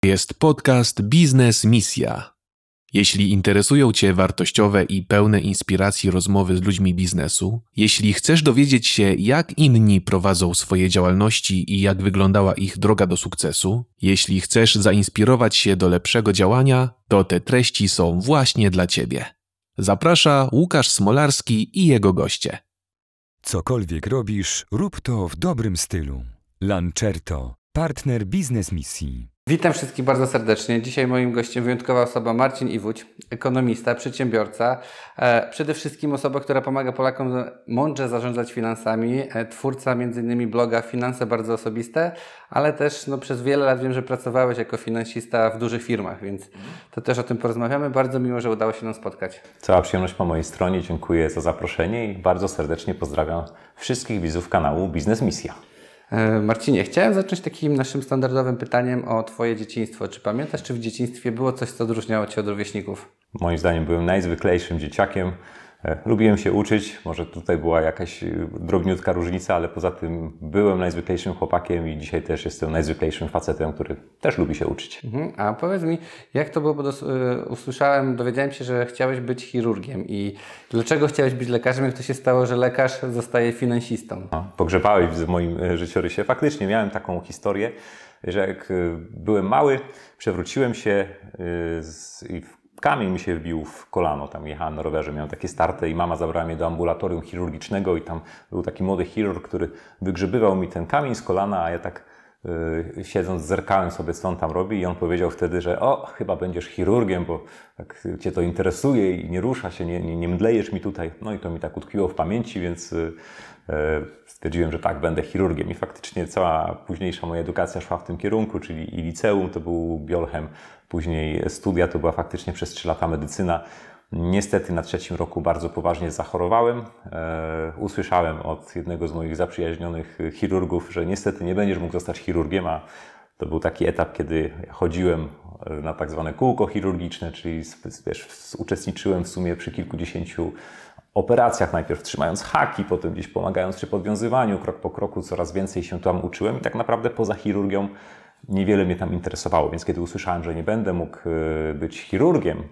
Jest podcast Biznes Misja. Jeśli interesują Cię wartościowe i pełne inspiracji rozmowy z ludźmi biznesu, jeśli chcesz dowiedzieć się, jak inni prowadzą swoje działalności i jak wyglądała ich droga do sukcesu, jeśli chcesz zainspirować się do lepszego działania, to te treści są właśnie dla Ciebie. Zaprasza Łukasz Smolarski i jego goście. Cokolwiek robisz, rób to w dobrym stylu. Lancerto, partner Biznes Misji. Witam wszystkich bardzo serdecznie. Dzisiaj moim gościem wyjątkowa osoba Marcin Iwódź, ekonomista, przedsiębiorca, przede wszystkim osoba, która pomaga Polakom mądrze zarządzać finansami, twórca m.in. bloga Finanse Bardzo Osobiste, ale też przez wiele lat wiem, że pracowałeś jako finansista w dużych firmach, więc to też o tym porozmawiamy. Bardzo miło, że udało się nam spotkać. Cała przyjemność po mojej stronie. Dziękuję za zaproszenie i bardzo serdecznie pozdrawiam wszystkich widzów kanału Biznes Misja. Marcinie, chciałem zacząć takim naszym standardowym pytaniem o Twoje dzieciństwo. Czy pamiętasz, czy w dzieciństwie było coś, co odróżniało Cię od rówieśników? Moim zdaniem byłem najzwyklejszym dzieciakiem. Lubiłem się uczyć, może tutaj była jakaś drobniutka różnica, ale poza tym byłem najzwyklejszym chłopakiem i dzisiaj też jestem najzwyklejszym facetem, który też lubi się uczyć. A powiedz mi, jak to było, bo dowiedziałem się, że chciałeś być chirurgiem i dlaczego chciałeś być lekarzem, jak to się stało, że lekarz zostaje finansistą? Pogrzebałeś w moim życiorysie. Faktycznie miałem taką historię, że jak byłem mały, przewróciłem się i kamień mi się wbił w kolano, tam jechałem na rowerze, miałem takie starty i mama zabrała mnie do ambulatorium chirurgicznego i tam był taki młody chirurg, który wygrzebywał mi ten kamień z kolana, a ja tak siedząc zerkałem sobie, co on tam robi i on powiedział wtedy, że chyba będziesz chirurgiem, bo tak Cię to interesuje i nie rusza się, nie mdlejesz mi tutaj. No i to mi tak utkwiło w pamięci, więc stwierdziłem, że tak, będę chirurgiem i faktycznie cała późniejsza moja edukacja szła w tym kierunku, czyli i liceum to był biolchem, później studia to była faktycznie przez 3 lata medycyna. Niestety na 3. roku bardzo poważnie zachorowałem. Usłyszałem od jednego z moich zaprzyjaźnionych chirurgów, że niestety nie będziesz mógł zostać chirurgiem, a to był taki etap, kiedy chodziłem na tak zwane kółko chirurgiczne, czyli uczestniczyłem w sumie przy kilkudziesięciu operacjach, najpierw trzymając haki, potem gdzieś pomagając przy podwiązywaniu, krok po kroku coraz więcej się tam uczyłem i tak naprawdę poza chirurgią niewiele mnie tam interesowało, więc kiedy usłyszałem, że nie będę mógł być chirurgiem,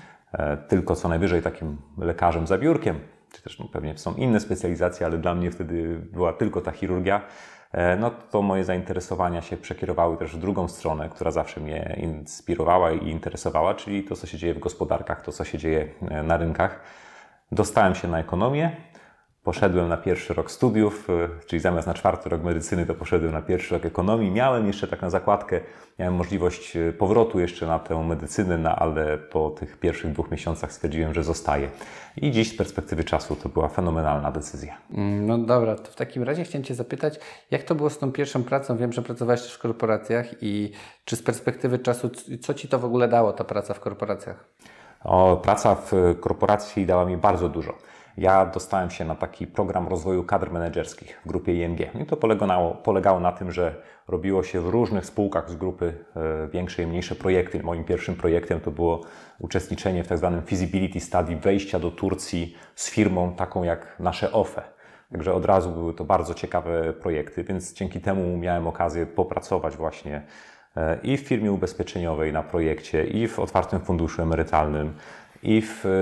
tylko co najwyżej takim lekarzem za biurkiem, czy też pewnie są inne specjalizacje, ale dla mnie wtedy była tylko ta chirurgia, no to moje zainteresowania się przekierowały też w drugą stronę, która zawsze mnie inspirowała i interesowała, czyli to, co się dzieje w gospodarkach, to, co się dzieje na rynkach. Dostałem się na ekonomię, poszedłem na 1. rok studiów, czyli zamiast na 4. rok medycyny, to poszedłem na 1. rok ekonomii. Miałem jeszcze tak na zakładkę, miałem możliwość powrotu jeszcze na tę medycynę, ale po tych pierwszych 2 miesiącach stwierdziłem, że zostaję. I dziś z perspektywy czasu to była fenomenalna decyzja. No dobra, to w takim razie chciałem Cię zapytać, jak to było z tą pierwszą pracą? Wiem, że pracowałeś też w korporacjach i czy z perspektywy czasu, co Ci to w ogóle dało, ta praca w korporacjach? Praca w korporacji dała mi bardzo dużo. Ja dostałem się na taki program rozwoju kadr menedżerskich w grupie ING. I to polegało na tym, że robiło się w różnych spółkach z grupy większe i mniejsze projekty. Moim pierwszym projektem to było uczestniczenie w tak zwanym feasibility study wejścia do Turcji z firmą taką jak nasze OFE. Także od razu były to bardzo ciekawe projekty, więc dzięki temu miałem okazję popracować właśnie i w firmie ubezpieczeniowej na projekcie, i w otwartym funduszu emerytalnym, i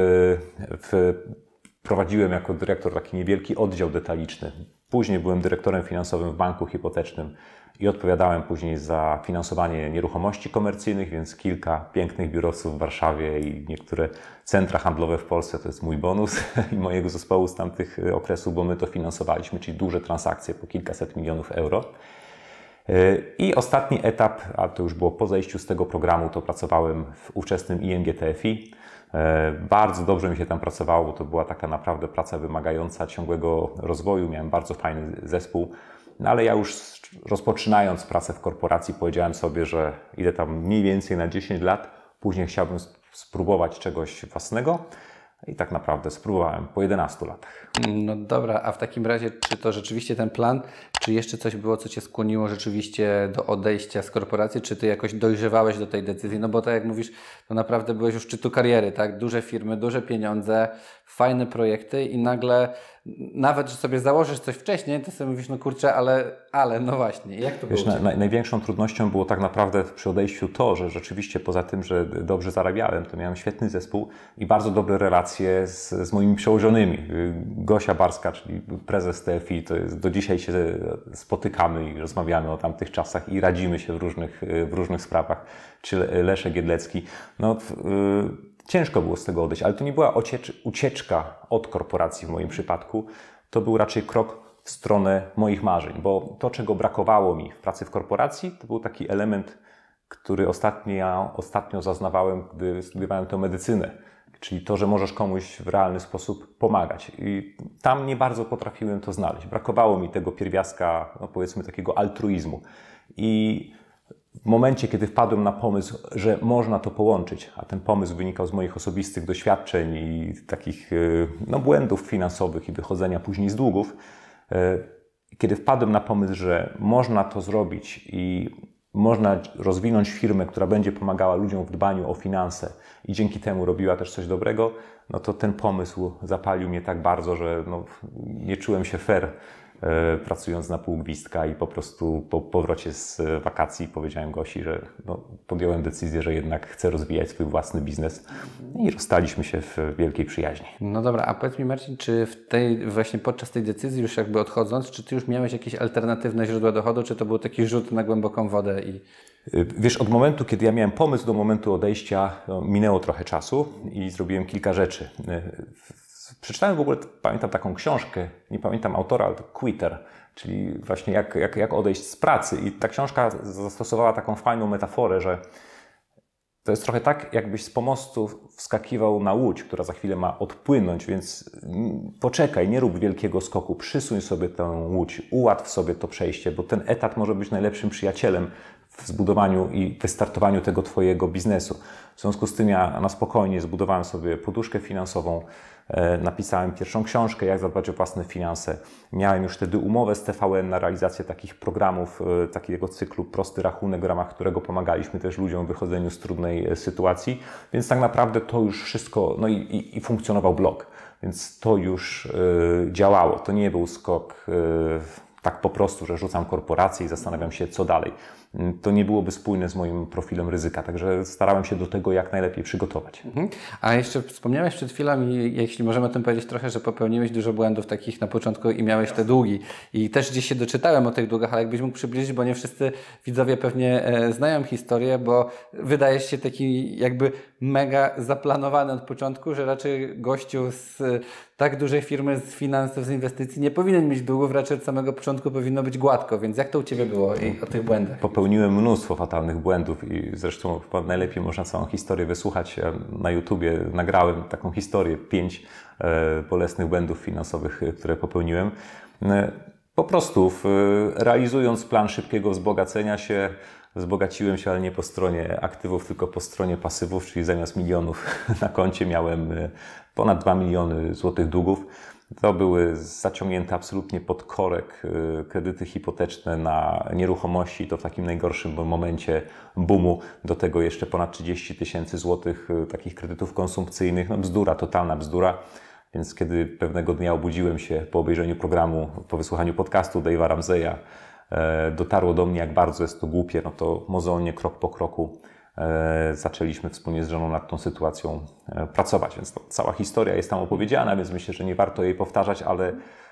prowadziłem jako dyrektor taki niewielki oddział detaliczny. Później byłem dyrektorem finansowym w banku hipotecznym i odpowiadałem później za finansowanie nieruchomości komercyjnych, więc kilka pięknych biurowców w Warszawie i niektóre centra handlowe w Polsce. To jest mój bonus i mojego zespołu z tamtych okresów, bo my to finansowaliśmy, czyli duże transakcje po kilkaset milionów euro. I ostatni etap, a to już było po zejściu z tego programu, to pracowałem w ówczesnym ING TFI. Bardzo dobrze mi się tam pracowało, bo to była taka naprawdę praca wymagająca ciągłego rozwoju. Miałem bardzo fajny zespół, no ale ja już rozpoczynając pracę w korporacji powiedziałem sobie, że idę tam mniej więcej na 10 lat, później chciałbym spróbować czegoś własnego. I tak naprawdę spróbowałem po 11 latach. No dobra, a w takim razie, czy to rzeczywiście ten plan, czy jeszcze coś było, co Cię skłoniło rzeczywiście do odejścia z korporacji, czy Ty jakoś dojrzewałeś do tej decyzji? No bo tak jak mówisz, to naprawdę byłeś u szczytu kariery, tak? Duże firmy, duże pieniądze, fajne projekty i nagle nawet, że sobie założysz coś wcześniej, to sobie mówisz, no kurczę, ale no właśnie, jak to było? Największą trudnością było tak naprawdę przy odejściu to, że rzeczywiście poza tym, że dobrze zarabiałem, to miałem świetny zespół i bardzo dobre relacje z moimi przełożonymi. Gosia Barska, czyli prezes TFI, to jest, do dzisiaj się spotykamy i rozmawiamy o tamtych czasach i radzimy się w różnych sprawach. Czy Leszek Giedlecki. No, ciężko było z tego odejść, ale to nie była ucieczka od korporacji w moim przypadku. To był raczej krok w stronę moich marzeń, bo to, czego brakowało mi w pracy w korporacji, to był taki element, który ostatnio zaznawałem, gdy studiowałem tę medycynę. Czyli to, że możesz komuś w realny sposób pomagać. I tam nie bardzo potrafiłem to znaleźć. Brakowało mi tego pierwiastka, no powiedzmy, takiego altruizmu. I w momencie, kiedy wpadłem na pomysł, że można to połączyć, a ten pomysł wynikał z moich osobistych doświadczeń i takich błędów finansowych i wychodzenia później z długów, kiedy wpadłem na pomysł, że można to zrobić i można rozwinąć firmę, która będzie pomagała ludziom w dbaniu o finanse i dzięki temu robiła też coś dobrego, no to ten pomysł zapalił mnie tak bardzo, że nie czułem się fair pracując na pół gwizdka i po prostu po powrocie z wakacji powiedziałem Gosi, że podjąłem decyzję, że jednak chcę rozwijać swój własny biznes i rozstaliśmy się w wielkiej przyjaźni. No dobra, a powiedz mi Marcin, czy właśnie podczas tej decyzji już jakby odchodząc, czy ty już miałeś jakieś alternatywne źródła dochodu, czy to był taki rzut na głęboką wodę? Wiesz, od momentu, kiedy ja miałem pomysł do momentu odejścia, minęło trochę czasu i zrobiłem kilka rzeczy. Przeczytałem w ogóle, pamiętam taką książkę, nie pamiętam autora, ale to Quitter, czyli właśnie jak odejść z pracy. I ta książka zastosowała taką fajną metaforę, że to jest trochę tak, jakbyś z pomostu wskakiwał na łódź, która za chwilę ma odpłynąć, więc poczekaj, nie rób wielkiego skoku, przysuń sobie tę łódź, ułatw sobie to przejście, bo ten etat może być najlepszym przyjacielem w zbudowaniu i wystartowaniu tego Twojego biznesu. W związku z tym ja na spokojnie zbudowałem sobie poduszkę finansową, napisałem pierwszą książkę, jak zadbać o własne finanse. Miałem już wtedy umowę z TVN na realizację takich programów, takiego cyklu Prosty Rachunek, w ramach którego pomagaliśmy też ludziom w wychodzeniu z trudnej sytuacji. Więc tak naprawdę to już wszystko, i funkcjonował blog. Więc to już działało. To nie był skok tak po prostu, że rzucam korporację i zastanawiam się, co dalej. To nie byłoby spójne z moim profilem ryzyka, także starałem się do tego jak najlepiej przygotować. A jeszcze wspomniałeś przed chwilą, jeśli możemy o tym powiedzieć trochę, że popełniłeś dużo błędów takich na początku i miałeś te długi. I też gdzieś się doczytałem o tych długach, ale jakbyś mógł przybliżyć, bo nie wszyscy widzowie pewnie znają historię, bo wydajesz się taki jakby mega zaplanowany od początku, że raczej gościu z tak dużej firmy, z finansów, z inwestycji nie powinien mieć długów, raczej od samego początku powinno być gładko, więc jak to u Ciebie było i o tych błędach? Popełniłem mnóstwo fatalnych błędów i zresztą najlepiej można całą historię wysłuchać. Ja na YouTubie nagrałem taką historię, 5 bolesnych błędów finansowych, które popełniłem. Po prostu realizując plan szybkiego wzbogacenia się, wzbogaciłem się, ale nie po stronie aktywów, tylko po stronie pasywów, czyli zamiast milionów na koncie miałem ponad 2 miliony złotych długów. To były zaciągnięte absolutnie pod korek kredyty hipoteczne na nieruchomości, to w takim najgorszym momencie boomu. Do tego jeszcze ponad 30 000 złotych takich kredytów konsumpcyjnych. Bzdura, totalna bzdura. Więc kiedy pewnego dnia obudziłem się po obejrzeniu programu, po wysłuchaniu podcastu Dave'a Ramseya, dotarło do mnie, jak bardzo jest to głupie, to mozolnie, krok po kroku zaczęliśmy wspólnie z żoną nad tą sytuacją pracować. Więc cała historia jest tam opowiedziana, więc myślę, że nie warto jej powtarzać, ale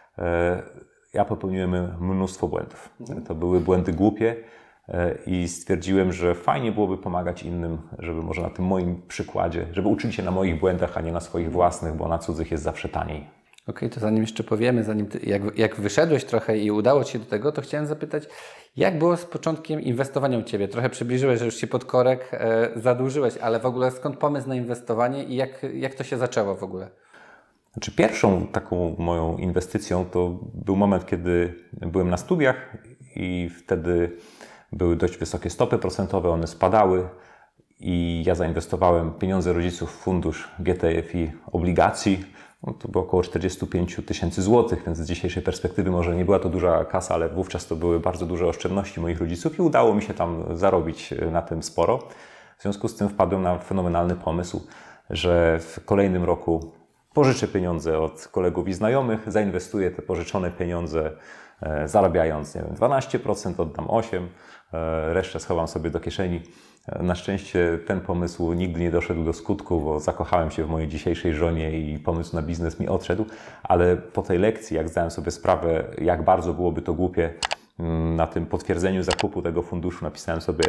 ja popełniłem mnóstwo błędów. To były błędy głupie i stwierdziłem, że fajnie byłoby pomagać innym, żeby może na tym moim przykładzie, żeby uczyli się na moich błędach, a nie na swoich własnych, bo na cudzych jest zawsze taniej. Okej, to zanim jeszcze powiemy, jak wyszedłeś trochę i udało Ci się do tego, to chciałem zapytać, jak było z początkiem inwestowania u Ciebie? Trochę przybliżyłeś, że już się pod korek zadłużyłeś, ale w ogóle skąd pomysł na inwestowanie i jak to się zaczęło w ogóle? Znaczy pierwszą taką moją inwestycją to był moment, kiedy byłem na studiach i wtedy były dość wysokie stopy procentowe, one spadały i ja zainwestowałem pieniądze rodziców w fundusz GTFI obligacji. To było około 45 000 złotych, więc z dzisiejszej perspektywy może nie była to duża kasa, ale wówczas to były bardzo duże oszczędności moich rodziców i udało mi się tam zarobić na tym sporo. W związku z tym wpadłem na fenomenalny pomysł, że w kolejnym roku pożyczę pieniądze od kolegów i znajomych, zainwestuję te pożyczone pieniądze, zarabiając, nie wiem, 12%, oddam 8%, resztę schowam sobie do kieszeni. Na szczęście ten pomysł nigdy nie doszedł do skutku, bo zakochałem się w mojej dzisiejszej żonie i pomysł na biznes mi odszedł, ale po tej lekcji, jak zdałem sobie sprawę, jak bardzo byłoby to głupie, na tym potwierdzeniu zakupu tego funduszu napisałem sobie: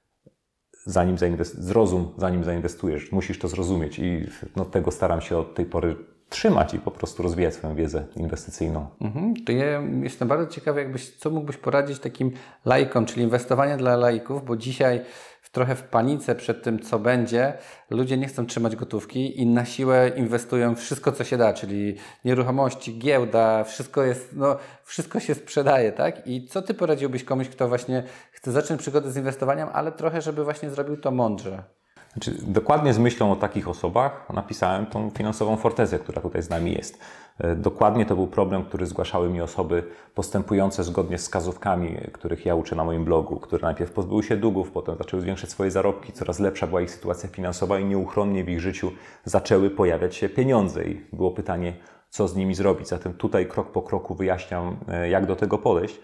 zrozum, zanim zainwestujesz, musisz to zrozumieć, i tego staram się od tej pory trzymać i po prostu rozwijać swoją wiedzę inwestycyjną. To ja jestem bardzo ciekawy, co mógłbyś poradzić takim laikom, czyli inwestowanie dla laików, bo dzisiaj trochę w panice przed tym, co będzie, ludzie nie chcą trzymać gotówki i na siłę inwestują wszystko, co się da, czyli nieruchomości, giełda, wszystko się sprzedaje, tak? I co Ty poradziłbyś komuś, kto właśnie chce zacząć przygodę z inwestowaniem, ale trochę, żeby właśnie zrobił to mądrze? Dokładnie z myślą o takich osobach napisałem tą finansową fortezję, która tutaj z nami jest. Dokładnie to był problem, który zgłaszały mi osoby postępujące zgodnie z wskazówkami, których ja uczę na moim blogu, które najpierw pozbyły się długów, potem zaczęły zwiększać swoje zarobki, coraz lepsza była ich sytuacja finansowa i nieuchronnie w ich życiu zaczęły pojawiać się pieniądze i było pytanie, co z nimi zrobić. Zatem tutaj krok po kroku wyjaśniam, jak do tego podejść.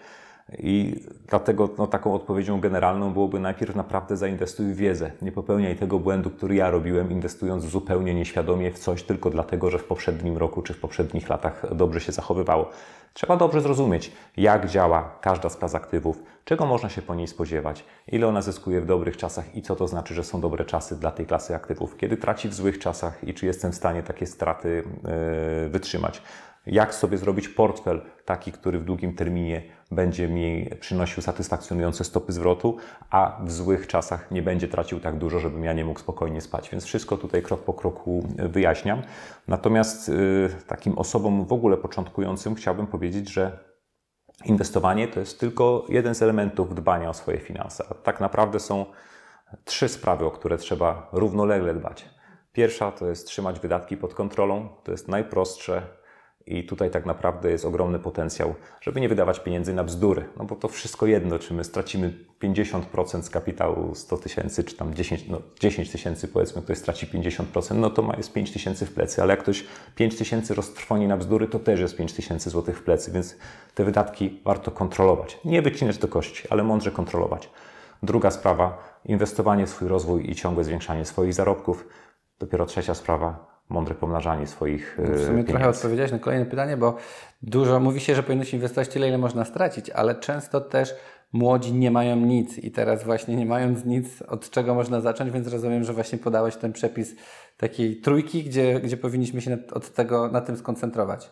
I dlatego taką odpowiedzią generalną byłoby: najpierw naprawdę zainwestuj w wiedzę. Nie popełniaj tego błędu, który ja robiłem, inwestując zupełnie nieświadomie w coś tylko dlatego, że w poprzednim roku czy w poprzednich latach dobrze się zachowywało. Trzeba dobrze zrozumieć, jak działa każda z klas aktywów, czego można się po niej spodziewać, ile ona zyskuje w dobrych czasach i co to znaczy, że są dobre czasy dla tej klasy aktywów, kiedy traci w złych czasach i czy jestem w stanie takie straty wytrzymać. Jak sobie zrobić portfel taki, który w długim terminie będzie mi przynosił satysfakcjonujące stopy zwrotu, a w złych czasach nie będzie tracił tak dużo, żebym ja nie mógł spokojnie spać. Więc wszystko tutaj krok po kroku wyjaśniam. Natomiast takim osobom w ogóle początkującym chciałbym powiedzieć, że inwestowanie to jest tylko jeden z elementów dbania o swoje finanse. A tak naprawdę są 3 sprawy, o które trzeba równolegle dbać. Pierwsza to jest trzymać wydatki pod kontrolą. To jest najprostsze. I tutaj tak naprawdę jest ogromny potencjał, żeby nie wydawać pieniędzy na bzdury. No bo to wszystko jedno, czy my stracimy 50% z kapitału 100 tysięcy, czy tam 10 tysięcy, powiedzmy, ktoś straci 50%, no to jest 5 tysięcy w plecy, ale jak ktoś 5 tysięcy roztrwoni na bzdury, to też jest 5 tysięcy złotych w plecy, więc te wydatki warto kontrolować. Nie wycinać do kości, ale mądrze kontrolować. Druga sprawa, inwestowanie w swój rozwój i ciągłe zwiększanie swoich zarobków. Dopiero trzecia sprawa, mądre pomnażanie swoich W sumie pieniędzy. trochę odpowiedziałeś na kolejne pytanie, bo dużo mówi się, że powinno się inwestować tyle, ile można stracić, ale często też młodzi nie mają nic i teraz właśnie nie mając nic, od czego można zacząć, więc rozumiem, że właśnie podałeś ten przepis takiej trójki, gdzie powinniśmy się na tym skoncentrować.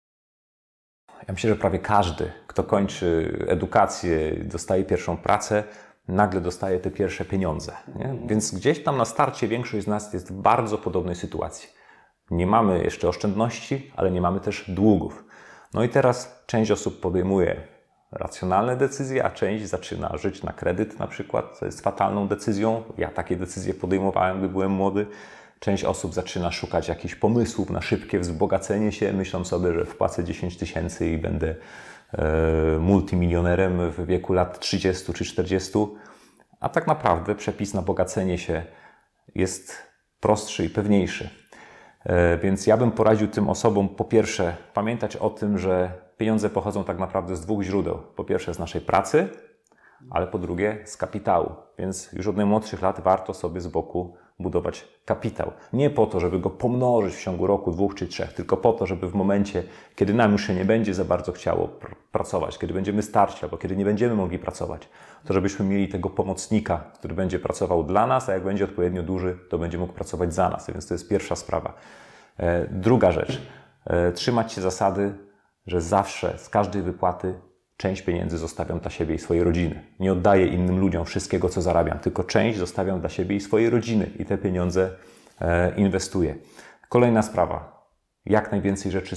Ja myślę, że prawie każdy, kto kończy edukację, dostaje pierwszą pracę, nagle dostaje te pierwsze pieniądze. Nie? Więc gdzieś tam na starcie większość z nas jest w bardzo podobnej sytuacji. Nie mamy jeszcze oszczędności, ale nie mamy też długów. No i teraz część osób podejmuje racjonalne decyzje, a część zaczyna żyć na kredyt na przykład. To jest fatalną decyzją. Ja takie decyzje podejmowałem, gdy byłem młody. Część osób zaczyna szukać jakichś pomysłów na szybkie wzbogacenie się. Myślą sobie, że wpłacę 10 tysięcy i będę multimilionerem w wieku lat 30 czy 40. A tak naprawdę przepis na bogacenie się jest prostszy i pewniejszy. Więc ja bym poradził tym osobom, po pierwsze, pamiętać o tym, że pieniądze pochodzą tak naprawdę z 2 źródeł. Po pierwsze z naszej pracy, ale po drugie z kapitału. Więc już od najmłodszych lat warto sobie z boku budować kapitał. Nie po to, żeby go pomnożyć w ciągu roku, 2 czy 3, tylko po to, żeby w momencie, kiedy nam już się nie będzie za bardzo chciało pracować, kiedy będziemy starsi albo kiedy nie będziemy mogli pracować, to żebyśmy mieli tego pomocnika, który będzie pracował dla nas, a jak będzie odpowiednio duży, to będzie mógł pracować za nas. Więc to jest pierwsza sprawa. Druga rzecz. Trzymać się zasady, że zawsze z każdej wypłaty część pieniędzy zostawiam dla siebie i swojej rodziny. Nie oddaję innym ludziom wszystkiego, co zarabiam, tylko część zostawiam dla siebie i swojej rodziny i te pieniądze inwestuję. Kolejna sprawa. Jak najwięcej rzeczy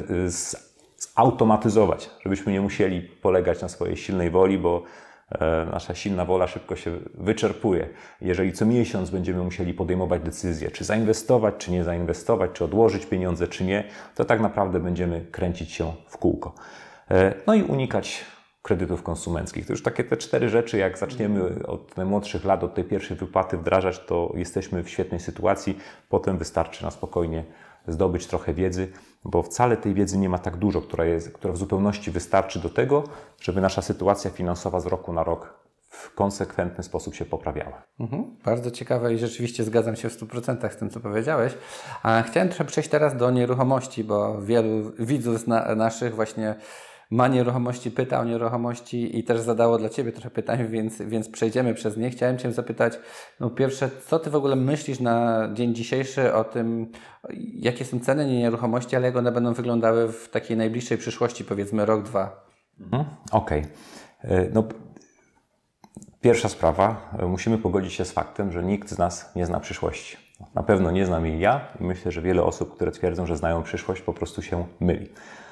zautomatyzować, żebyśmy nie musieli polegać na swojej silnej woli, bo nasza silna wola szybko się wyczerpuje. Jeżeli co miesiąc będziemy musieli podejmować decyzje, czy zainwestować, czy nie zainwestować, czy odłożyć pieniądze, czy nie, to tak naprawdę będziemy kręcić się w kółko. No i unikać kredytów konsumenckich. To już takie te 4 rzeczy, jak zaczniemy od najmłodszych lat, od tej pierwszej wypłaty wdrażać, to jesteśmy w świetnej sytuacji. Potem wystarczy na spokojnie zdobyć trochę wiedzy, bo wcale tej wiedzy nie ma tak dużo, która w zupełności wystarczy do tego, żeby nasza sytuacja finansowa z roku na rok w konsekwentny sposób się poprawiała. Bardzo ciekawe i rzeczywiście zgadzam się w 100% z tym, co powiedziałeś. A chciałem trochę przejść teraz do nieruchomości, bo wielu widzów naszych właśnie ma nieruchomości, pyta o nieruchomości i też zadało dla Ciebie trochę pytań, więc przejdziemy przez nie. Chciałem Cię zapytać, no pierwsze, co Ty w ogóle myślisz na dzień dzisiejszy o tym, jakie są ceny nieruchomości, ale jak one będą wyglądały w takiej najbliższej przyszłości, powiedzmy rok, dwa? Okej. No, pierwsza sprawa, musimy pogodzić się z faktem, że nikt z nas nie zna przyszłości. Na pewno nie znam jej ja i myślę, że wiele osób, które twierdzą, że znają przyszłość, po prostu się myli.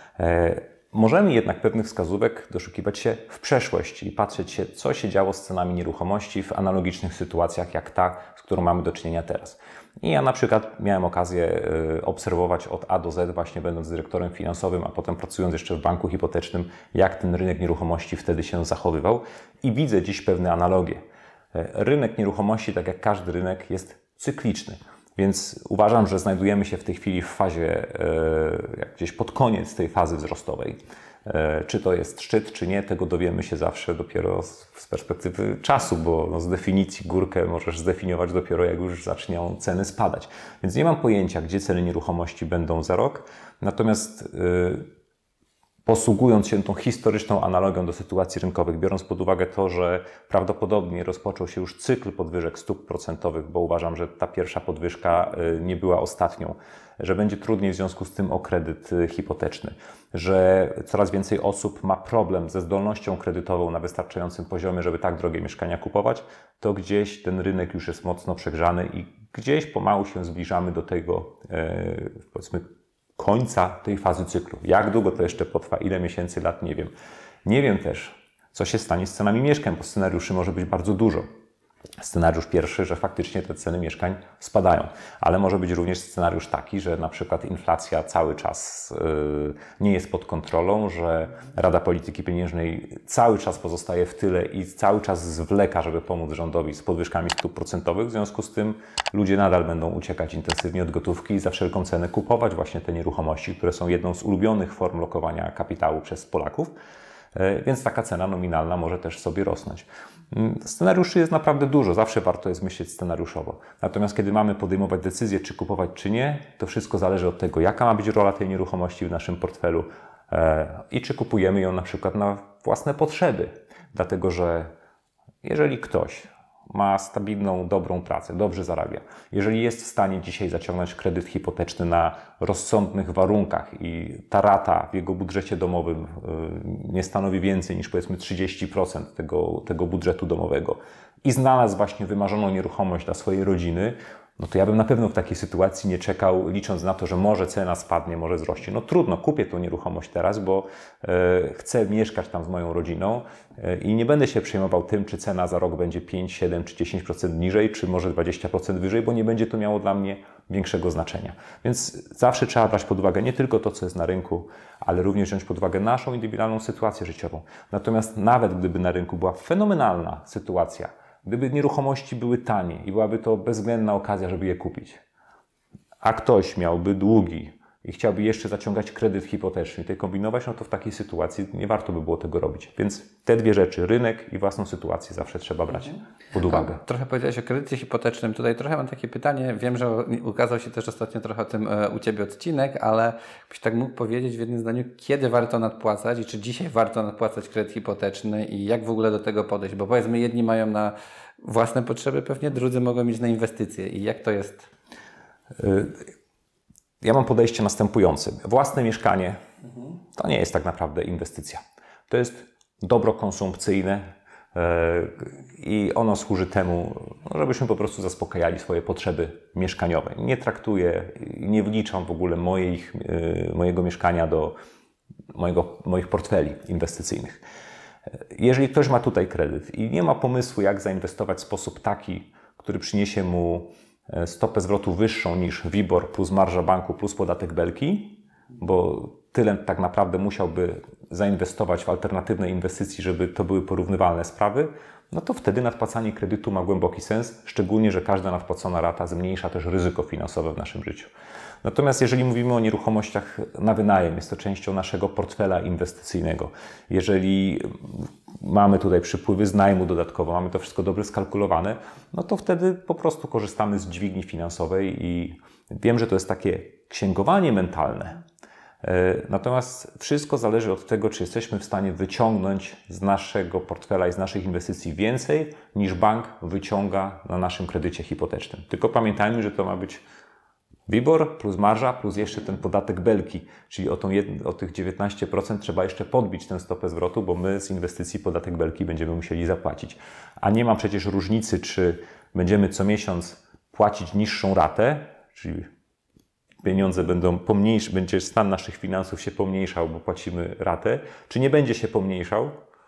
Możemy jednak pewnych wskazówek doszukiwać się w przeszłości i patrzeć się, co się działo z cenami nieruchomości w analogicznych sytuacjach jak ta, z którą mamy do czynienia teraz. I ja na przykład miałem okazję obserwować od A do Z, właśnie będąc dyrektorem finansowym, a potem pracując jeszcze w banku hipotecznym, jak ten rynek nieruchomości wtedy się zachowywał i widzę dziś pewne analogie. Rynek nieruchomości, tak jak każdy rynek, jest cykliczny. Więc uważam, że znajdujemy się w tej chwili w fazie, jak gdzieś pod koniec tej fazy wzrostowej. Czy to jest szczyt, czy nie, tego dowiemy się zawsze dopiero z perspektywy czasu, bo z definicji górkę możesz zdefiniować dopiero, jak już zaczną ceny spadać. Więc nie mam pojęcia, gdzie ceny nieruchomości będą za rok. Natomiast posługując się tą historyczną analogią do sytuacji rynkowych, biorąc pod uwagę to, że prawdopodobnie rozpoczął się już cykl podwyżek stóp procentowych, bo uważam, że ta pierwsza podwyżka nie była ostatnią, że będzie trudniej w związku z tym o kredyt hipoteczny, że coraz więcej osób ma problem ze zdolnością kredytową na wystarczającym poziomie, żeby tak drogie mieszkania kupować, to gdzieś ten rynek już jest mocno przegrzany i gdzieś pomału się zbliżamy do tego, powiedzmy, końca tej fazy cyklu. Jak długo to jeszcze potrwa, ile miesięcy, lat, nie wiem. Nie wiem też, co się stanie z cenami mieszkań, bo scenariuszy może być bardzo dużo. Scenariusz pierwszy, że faktycznie te ceny mieszkań spadają, ale może być również scenariusz taki, że na przykład inflacja cały czas nie jest pod kontrolą, że Rada Polityki Pieniężnej cały czas pozostaje w tyle i cały czas zwleka, żeby pomóc rządowi z podwyżkami stóp procentowych. W związku z tym ludzie nadal będą uciekać intensywnie od gotówki i za wszelką cenę kupować właśnie te nieruchomości, które są jedną z ulubionych form lokowania kapitału przez Polaków. Więc taka cena nominalna może też sobie rosnąć. Scenariuszy jest naprawdę dużo, zawsze warto jest myśleć scenariuszowo. Natomiast kiedy mamy podejmować decyzję, czy kupować, czy nie, to wszystko zależy od tego, jaka ma być rola tej nieruchomości w naszym portfelu i czy kupujemy ją na przykład na własne potrzeby. Dlatego, że jeżeli ktoś ma stabilną, dobrą pracę, dobrze zarabia, jeżeli jest w stanie dzisiaj zaciągnąć kredyt hipoteczny na rozsądnych warunkach i ta rata w jego budżecie domowym nie stanowi więcej niż powiedzmy 30% tego budżetu domowego i znalazł właśnie wymarzoną nieruchomość dla swojej rodziny, no to ja bym na pewno w takiej sytuacji nie czekał, licząc na to, że może cena spadnie, może wzrośnie. No trudno, kupię tą nieruchomość teraz, bo chcę mieszkać tam z moją rodziną i nie będę się przejmował tym, czy cena za rok będzie 5, 7 czy 10% niżej, czy może 20% wyżej, bo nie będzie to miało dla mnie większego znaczenia. Więc zawsze trzeba brać pod uwagę nie tylko to, co jest na rynku, ale również wziąć pod uwagę naszą indywidualną sytuację życiową. Natomiast nawet gdyby na rynku była fenomenalna sytuacja, gdyby nieruchomości były tanie i byłaby to bezwzględna okazja, żeby je kupić, a ktoś miałby długi i chciałby jeszcze zaciągać kredyt hipoteczny i tej kombinować, no to w takiej sytuacji nie warto by było tego robić. Więc te dwie rzeczy, rynek i własną sytuację zawsze trzeba brać pod uwagę. Trochę powiedziałeś o kredycie hipotecznym. Tutaj trochę mam takie pytanie. Wiem, że ukazał się też ostatnio trochę o tym u Ciebie odcinek, ale byś tak mógł powiedzieć w jednym zdaniu, kiedy warto nadpłacać i czy dzisiaj warto nadpłacać kredyt hipoteczny i jak w ogóle do tego podejść? Bo powiedzmy, jedni mają na własne potrzeby pewnie, drudzy mogą mieć na inwestycje. I jak to jest? Ja mam podejście następujące. Własne mieszkanie to nie jest tak naprawdę inwestycja. To jest dobro konsumpcyjne i ono służy temu, żebyśmy po prostu zaspokajali swoje potrzeby mieszkaniowe. Nie traktuję, nie wliczam w ogóle mojego mieszkania do moich portfeli inwestycyjnych. Jeżeli ktoś ma tutaj kredyt i nie ma pomysłu, jak zainwestować w sposób taki, który przyniesie mu stopę zwrotu wyższą niż WIBOR plus marża banku plus podatek Belki, bo tyle tak naprawdę musiałby zainwestować w alternatywne inwestycje, żeby to były porównywalne sprawy, no to wtedy nadpłacanie kredytu ma głęboki sens, szczególnie, że każda nadpłacona rata zmniejsza też ryzyko finansowe w naszym życiu. Natomiast jeżeli mówimy o nieruchomościach na wynajem, jest to częścią naszego portfela inwestycyjnego. Jeżeli mamy tutaj przypływy z najmu dodatkowo, mamy to wszystko dobrze skalkulowane, no to wtedy po prostu korzystamy z dźwigni finansowej i wiem, że to jest takie księgowanie mentalne. Natomiast wszystko zależy od tego, czy jesteśmy w stanie wyciągnąć z naszego portfela i z naszych inwestycji więcej, niż bank wyciąga na naszym kredycie hipotecznym. Tylko pamiętajmy, że to ma być WIBOR plus marża plus jeszcze ten podatek belki, czyli o tych 19% trzeba jeszcze podbić tę stopę zwrotu, bo my z inwestycji podatek belki będziemy musieli zapłacić. A nie ma przecież różnicy, czy będziemy co miesiąc płacić niższą ratę, czyli pieniądze będą pomniejsze, będzie stan naszych finansów się pomniejszał, bo płacimy ratę, czy nie będzie się pomniejszał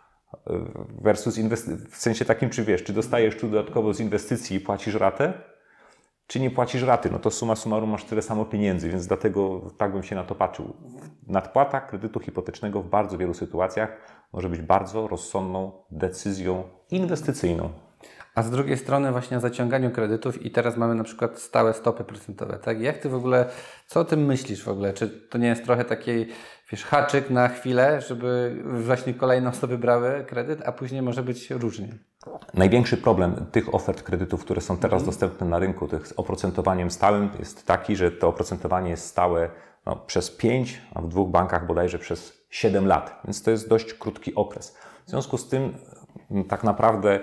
versus w sensie takim, czy wiesz, czy dostajesz tu dodatkowo z inwestycji i płacisz ratę, czy nie płacisz raty, no to summa summarum masz tyle samo pieniędzy, więc dlatego tak bym się na to patrzył. Nadpłata kredytu hipotecznego w bardzo wielu sytuacjach może być bardzo rozsądną decyzją inwestycyjną. A z drugiej strony właśnie o zaciąganiu kredytów i teraz mamy na przykład stałe stopy procentowe, tak? Jak Ty w ogóle, co o tym myślisz w ogóle? Czy to nie jest trochę taki, wiesz, haczyk na chwilę, żeby właśnie kolejne osoby brały kredyt, a później może być różnie? Największy problem tych ofert kredytów, które są teraz dostępne na rynku, tych z oprocentowaniem stałym, jest taki, że to oprocentowanie jest stałe przez 5, a w 2 bankach bodajże przez 7 lat, więc to jest dość krótki okres. W związku z tym tak naprawdę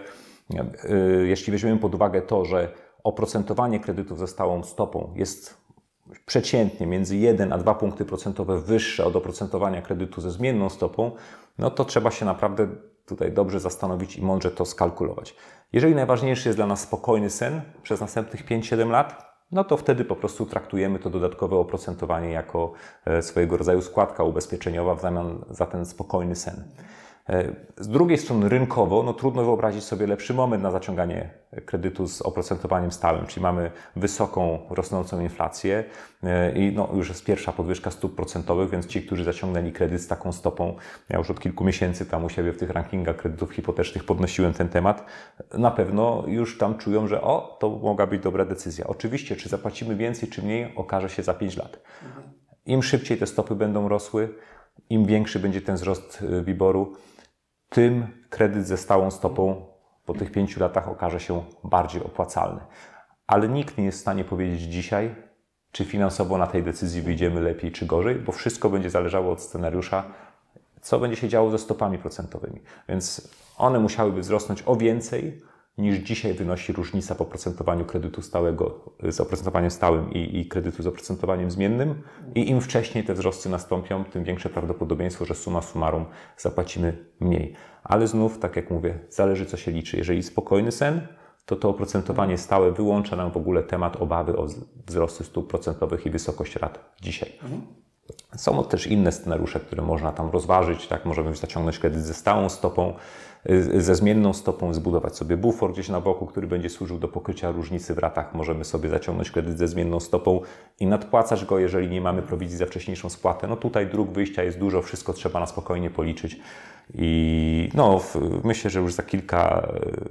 jeśli weźmiemy pod uwagę to, że oprocentowanie kredytów ze stałą stopą jest przeciętnie między 1 a 2 punkty procentowe wyższe od oprocentowania kredytu ze zmienną stopą, no to trzeba się naprawdę tutaj dobrze zastanowić i mądrze to skalkulować. Jeżeli najważniejszy jest dla nas spokojny sen przez następnych 5-7 lat, no to wtedy po prostu traktujemy to dodatkowe oprocentowanie jako swojego rodzaju składka ubezpieczeniowa w zamian za ten spokojny sen. Z drugiej strony rynkowo, no trudno wyobrazić sobie lepszy moment na zaciąganie kredytu z oprocentowaniem stałym, czyli mamy wysoką, rosnącą inflację i no, już jest pierwsza podwyżka stóp procentowych, więc ci, którzy zaciągnęli kredyt z taką stopą, ja już od kilku miesięcy tam u siebie w tych rankingach kredytów hipotecznych podnosiłem ten temat, na pewno już tam czują, że to mogła być dobra decyzja. Oczywiście, czy zapłacimy więcej, czy mniej, okaże się za 5 lat. Im szybciej te stopy będą rosły, im większy będzie ten wzrost WIBOR-u, tym kredyt ze stałą stopą po tych 5 latach okaże się bardziej opłacalny. Ale nikt nie jest w stanie powiedzieć dzisiaj, czy finansowo na tej decyzji wyjdziemy lepiej czy gorzej, bo wszystko będzie zależało od scenariusza, co będzie się działo ze stopami procentowymi. Więc one musiałyby wzrosnąć o więcej, niż dzisiaj wynosi różnica po oprocentowaniu kredytu stałego z oprocentowaniem stałym i kredytu z oprocentowaniem zmiennym. I im wcześniej te wzrosty nastąpią, tym większe prawdopodobieństwo, że summa summarum zapłacimy mniej. Ale znów, tak jak mówię, zależy co się liczy. Jeżeli spokojny sen, to oprocentowanie stałe wyłącza nam w ogóle temat obawy o wzrosty stóp procentowych i wysokość rat dzisiaj. Są też inne scenariusze, które można tam rozważyć. Tak? Możemy zaciągnąć kredyt ze stałą stopą, ze zmienną stopą, zbudować sobie bufor gdzieś na boku, który będzie służył do pokrycia różnicy w ratach. Możemy sobie zaciągnąć kredyt ze zmienną stopą i nadpłacać go, jeżeli nie mamy prowizji za wcześniejszą spłatę. No tutaj dróg wyjścia jest dużo, wszystko trzeba na spokojnie policzyć. I no, myślę, że już za kilka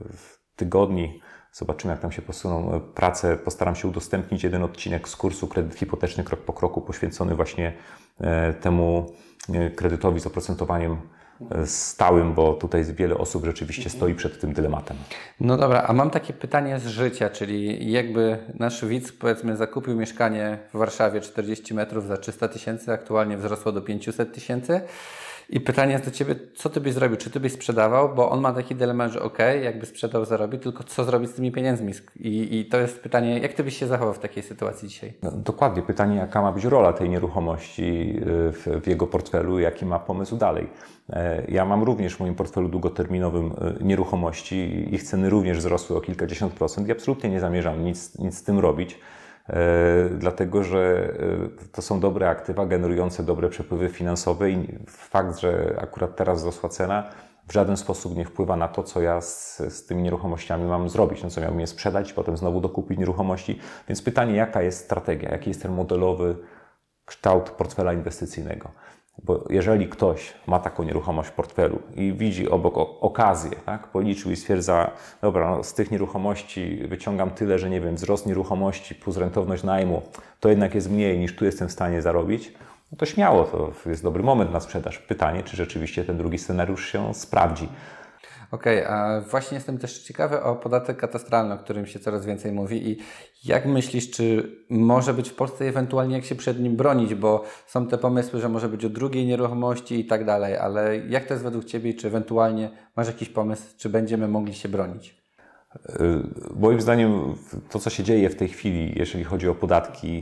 tygodni zobaczymy, jak tam się posuną prace. Postaram się udostępnić jeden odcinek z kursu Kredyt Hipoteczny Krok po Kroku poświęcony właśnie temu kredytowi z oprocentowaniem stałym, bo tutaj wiele osób rzeczywiście stoi przed tym dylematem. No dobra, a mam takie pytanie z życia, czyli jakby nasz widz, powiedzmy, zakupił mieszkanie w Warszawie 40 metrów za 300 000, aktualnie wzrosło do 500 000. I pytanie jest do Ciebie, co Ty byś zrobił? Czy Ty byś sprzedawał? Bo on ma taki dylemat, że jakby sprzedał, zarobi, tylko co zrobić z tymi pieniędzmi? I to jest pytanie, jak Ty byś się zachował w takiej sytuacji dzisiaj? No, dokładnie. Pytanie, jaka ma być rola tej nieruchomości w jego portfelu, jaki ma pomysł dalej. Ja mam również w moim portfelu długoterminowym nieruchomości. Ich ceny również wzrosły o kilkadziesiąt procent i absolutnie nie zamierzam nic z tym robić. Dlatego, że to są dobre aktywa generujące dobre przepływy finansowe i fakt, że akurat teraz wzrosła cena, w żaden sposób nie wpływa na to, co ja z tymi nieruchomościami mam zrobić. No co miałbym je sprzedać, potem znowu dokupić nieruchomości. Więc pytanie, jaka jest strategia, jaki jest ten modelowy kształt portfela inwestycyjnego. Bo jeżeli ktoś ma taką nieruchomość w portfelu i widzi obok okazję, tak, policzył i stwierdza, dobra, no z tych nieruchomości wyciągam tyle, że nie wiem, wzrost nieruchomości plus rentowność najmu, to jednak jest mniej niż tu jestem w stanie zarobić, no to śmiało, to jest dobry moment na sprzedaż. Pytanie, czy rzeczywiście ten drugi scenariusz się sprawdzi. Okej, a właśnie jestem też ciekawy o podatek katastralny, o którym się coraz więcej mówi i jak myślisz, czy może być w Polsce ewentualnie jak się przed nim bronić, bo są te pomysły, że może być o drugiej nieruchomości i tak dalej, ale jak to jest według Ciebie, czy ewentualnie masz jakiś pomysł, czy będziemy mogli się bronić? Moim zdaniem to, co się dzieje w tej chwili, jeżeli chodzi o podatki,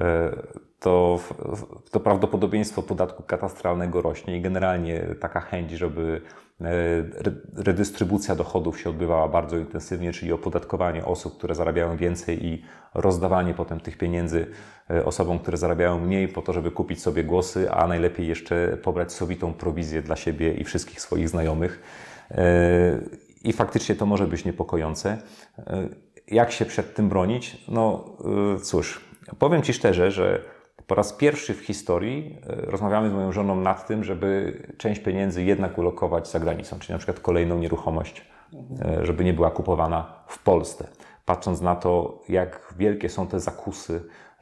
to prawdopodobieństwo podatku katastralnego rośnie i generalnie taka chęć, żeby redystrybucja dochodów się odbywała bardzo intensywnie, czyli opodatkowanie osób, które zarabiają więcej i rozdawanie potem tych pieniędzy osobom, które zarabiają mniej po to, żeby kupić sobie głosy, a najlepiej jeszcze pobrać sowitą prowizję dla siebie i wszystkich swoich znajomych. I faktycznie to może być niepokojące. Jak się przed tym bronić? No cóż, powiem Ci szczerze, że po raz pierwszy w historii rozmawiamy z moją żoną nad tym, żeby część pieniędzy jednak ulokować za granicą, czyli na przykład kolejną nieruchomość, żeby nie była kupowana w Polsce. Patrząc na to, jak wielkie są te zakusy,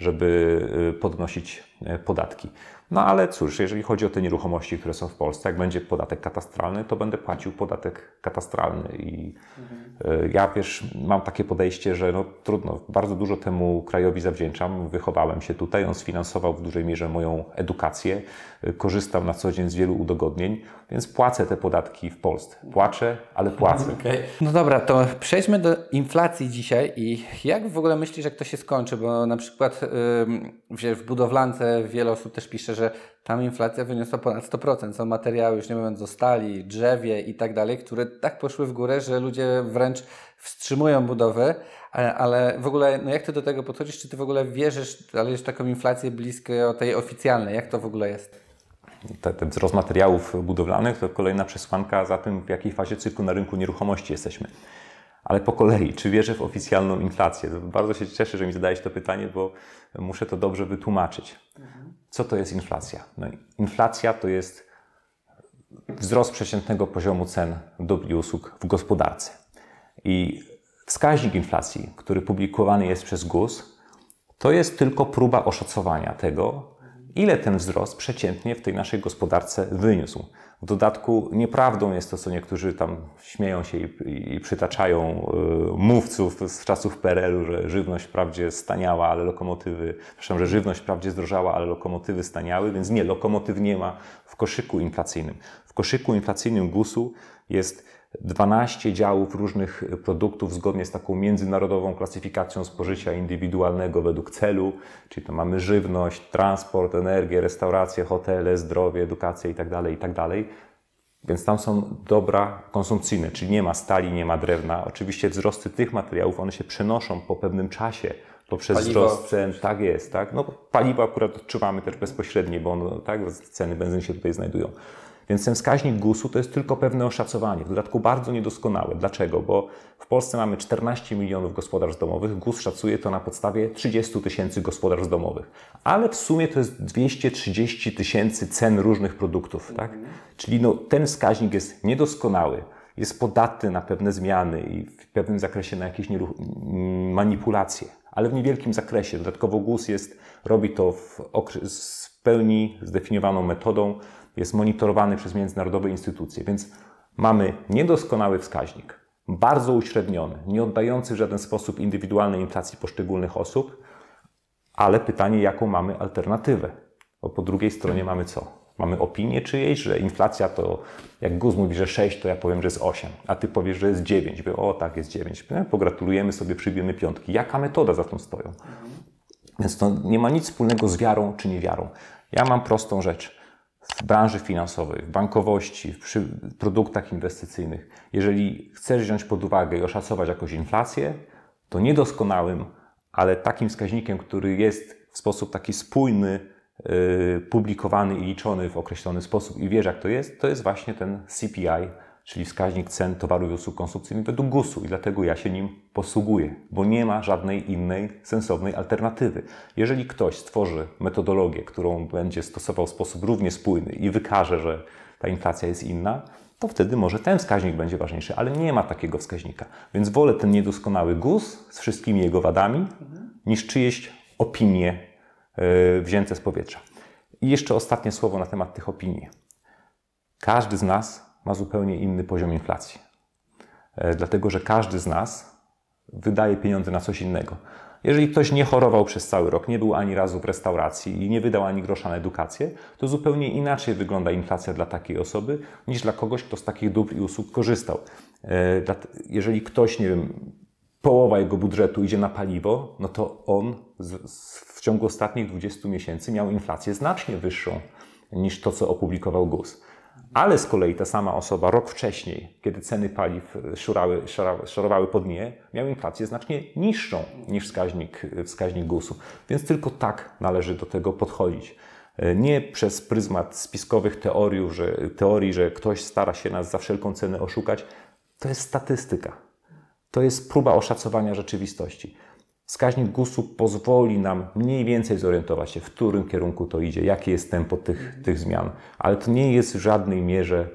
żeby podnosić podatki. No ale cóż, jeżeli chodzi o te nieruchomości, które są w Polsce, jak będzie podatek katastralny, to będę płacił podatek katastralny i ja mam takie podejście, że no trudno, bardzo dużo temu krajowi zawdzięczam, wychowałem się tutaj, on sfinansował w dużej mierze moją edukację, korzystam na co dzień z wielu udogodnień, więc płacę te podatki w Polsce. Płaczę, ale płacę. Okay. No dobra, to przejdźmy do inflacji dzisiaj i jak w ogóle myślisz, jak to się skończy, bo na przykład w budowlance wiele osób też pisze, że tam inflacja wyniosła ponad 100%. Są materiały, już nie mówiąc o stali, drzewie i tak dalej, które tak poszły w górę, że ludzie wręcz wstrzymują budowy, ale w ogóle, no jak Ty do tego podchodzisz? Czy Ty w ogóle wierzysz, ale jest taką inflację bliską tej oficjalnej? Jak to w ogóle jest? Ten wzrost materiałów budowlanych to kolejna przesłanka za tym, w jakiej fazie cyklu na rynku nieruchomości jesteśmy. Ale po kolei, czy wierzę w oficjalną inflację? Bardzo się cieszę, że mi zadałeś to pytanie, bo muszę to dobrze wytłumaczyć. Co to jest inflacja? No, inflacja to jest wzrost przeciętnego poziomu cen dóbr i usług w gospodarce. I wskaźnik inflacji, który publikowany jest przez GUS, to jest tylko próba oszacowania tego, ile ten wzrost przeciętnie w tej naszej gospodarce wyniósł. W dodatku nieprawdą jest to, co niektórzy tam śmieją się i przytaczają mówców z czasów PRL-u, że żywność wprawdzie staniała, ale że żywność wprawdzie zdrożała, ale lokomotywy staniały, więc nie, lokomotyw nie ma w koszyku inflacyjnym. W koszyku inflacyjnym GUS-u jest 12 działów różnych produktów zgodnie z taką międzynarodową klasyfikacją spożycia indywidualnego według celu, czyli to mamy żywność, transport, energię, restauracje, hotele, zdrowie, edukację itd. Więc tam są dobra konsumpcyjne, czyli nie ma stali, nie ma drewna. Oczywiście wzrosty tych materiałów, one się przenoszą po pewnym czasie poprzez wzrost cen. Tak jest, tak? No paliwo akurat odczuwamy też bezpośrednio, bo ceny benzyny się tutaj znajdują. Więc ten wskaźnik GUS-u to jest tylko pewne oszacowanie, w dodatku bardzo niedoskonałe. Dlaczego? Bo w Polsce mamy 14 milionów gospodarstw domowych, GUS szacuje to na podstawie 30 000 gospodarstw domowych, ale w sumie to jest 230 000 cen różnych produktów, tak? Czyli no, ten wskaźnik jest niedoskonały, jest podatny na pewne zmiany i w pewnym zakresie na jakieś manipulacje, ale w niewielkim zakresie. Dodatkowo GUS robi to z pełni zdefiniowaną metodą, jest monitorowany przez międzynarodowe instytucje, więc mamy niedoskonały wskaźnik, bardzo uśredniony, nie oddający w żaden sposób indywidualnej inflacji poszczególnych osób, ale pytanie, jaką mamy alternatywę? Bo po drugiej stronie mamy co? Mamy opinię czyjejś, że inflacja to, jak GUS mówi, że 6, to ja powiem, że jest 8, a Ty powiesz, że jest 9. O tak, jest 9. Pogratulujemy sobie, przybijemy piątki. Jaka metoda za tym stoją? Więc to nie ma nic wspólnego z wiarą czy niewiarą. Ja mam prostą rzecz. W branży finansowej, w bankowości, przy produktach inwestycyjnych, jeżeli chcesz wziąć pod uwagę i oszacować jakąś inflację, to niedoskonałym, ale takim wskaźnikiem, który jest w sposób taki spójny, publikowany i liczony w określony sposób i wiesz, jak to jest właśnie ten CPI, czyli wskaźnik cen towarów i usług konsumpcyjnych według GUS-u i dlatego ja się nim posługuję, bo nie ma żadnej innej sensownej alternatywy. Jeżeli ktoś stworzy metodologię, którą będzie stosował w sposób równie spójny i wykaże, że ta inflacja jest inna, to wtedy może ten wskaźnik będzie ważniejszy, ale nie ma takiego wskaźnika. Więc wolę ten niedoskonały GUS z wszystkimi jego wadami, niż czyjeś opinie wzięte z powietrza. I jeszcze ostatnie słowo na temat tych opinii. Każdy z nas ma zupełnie inny poziom inflacji. Dlatego, że każdy z nas wydaje pieniądze na coś innego. Jeżeli ktoś nie chorował przez cały rok, nie był ani razu w restauracji i nie wydał ani grosza na edukację, to zupełnie inaczej wygląda inflacja dla takiej osoby niż dla kogoś, kto z takich dóbr i usług korzystał. Jeżeli ktoś, nie wiem, połowa jego budżetu idzie na paliwo, no to on w ciągu ostatnich 20 miesięcy miał inflację znacznie wyższą niż to, co opublikował GUS. Ale z kolei ta sama osoba rok wcześniej, kiedy ceny paliw szorowały po dnie, miał inflację znacznie niższą niż wskaźnik GUS-u. Więc tylko tak należy do tego podchodzić. Nie przez pryzmat spiskowych teorii, że ktoś stara się nas za wszelką cenę oszukać. To jest statystyka. To jest próba oszacowania rzeczywistości. Wskaźnik GUS-u pozwoli nam mniej więcej zorientować się, w którym kierunku to idzie, jakie jest tempo tych zmian. Ale to nie jest w żadnej mierze,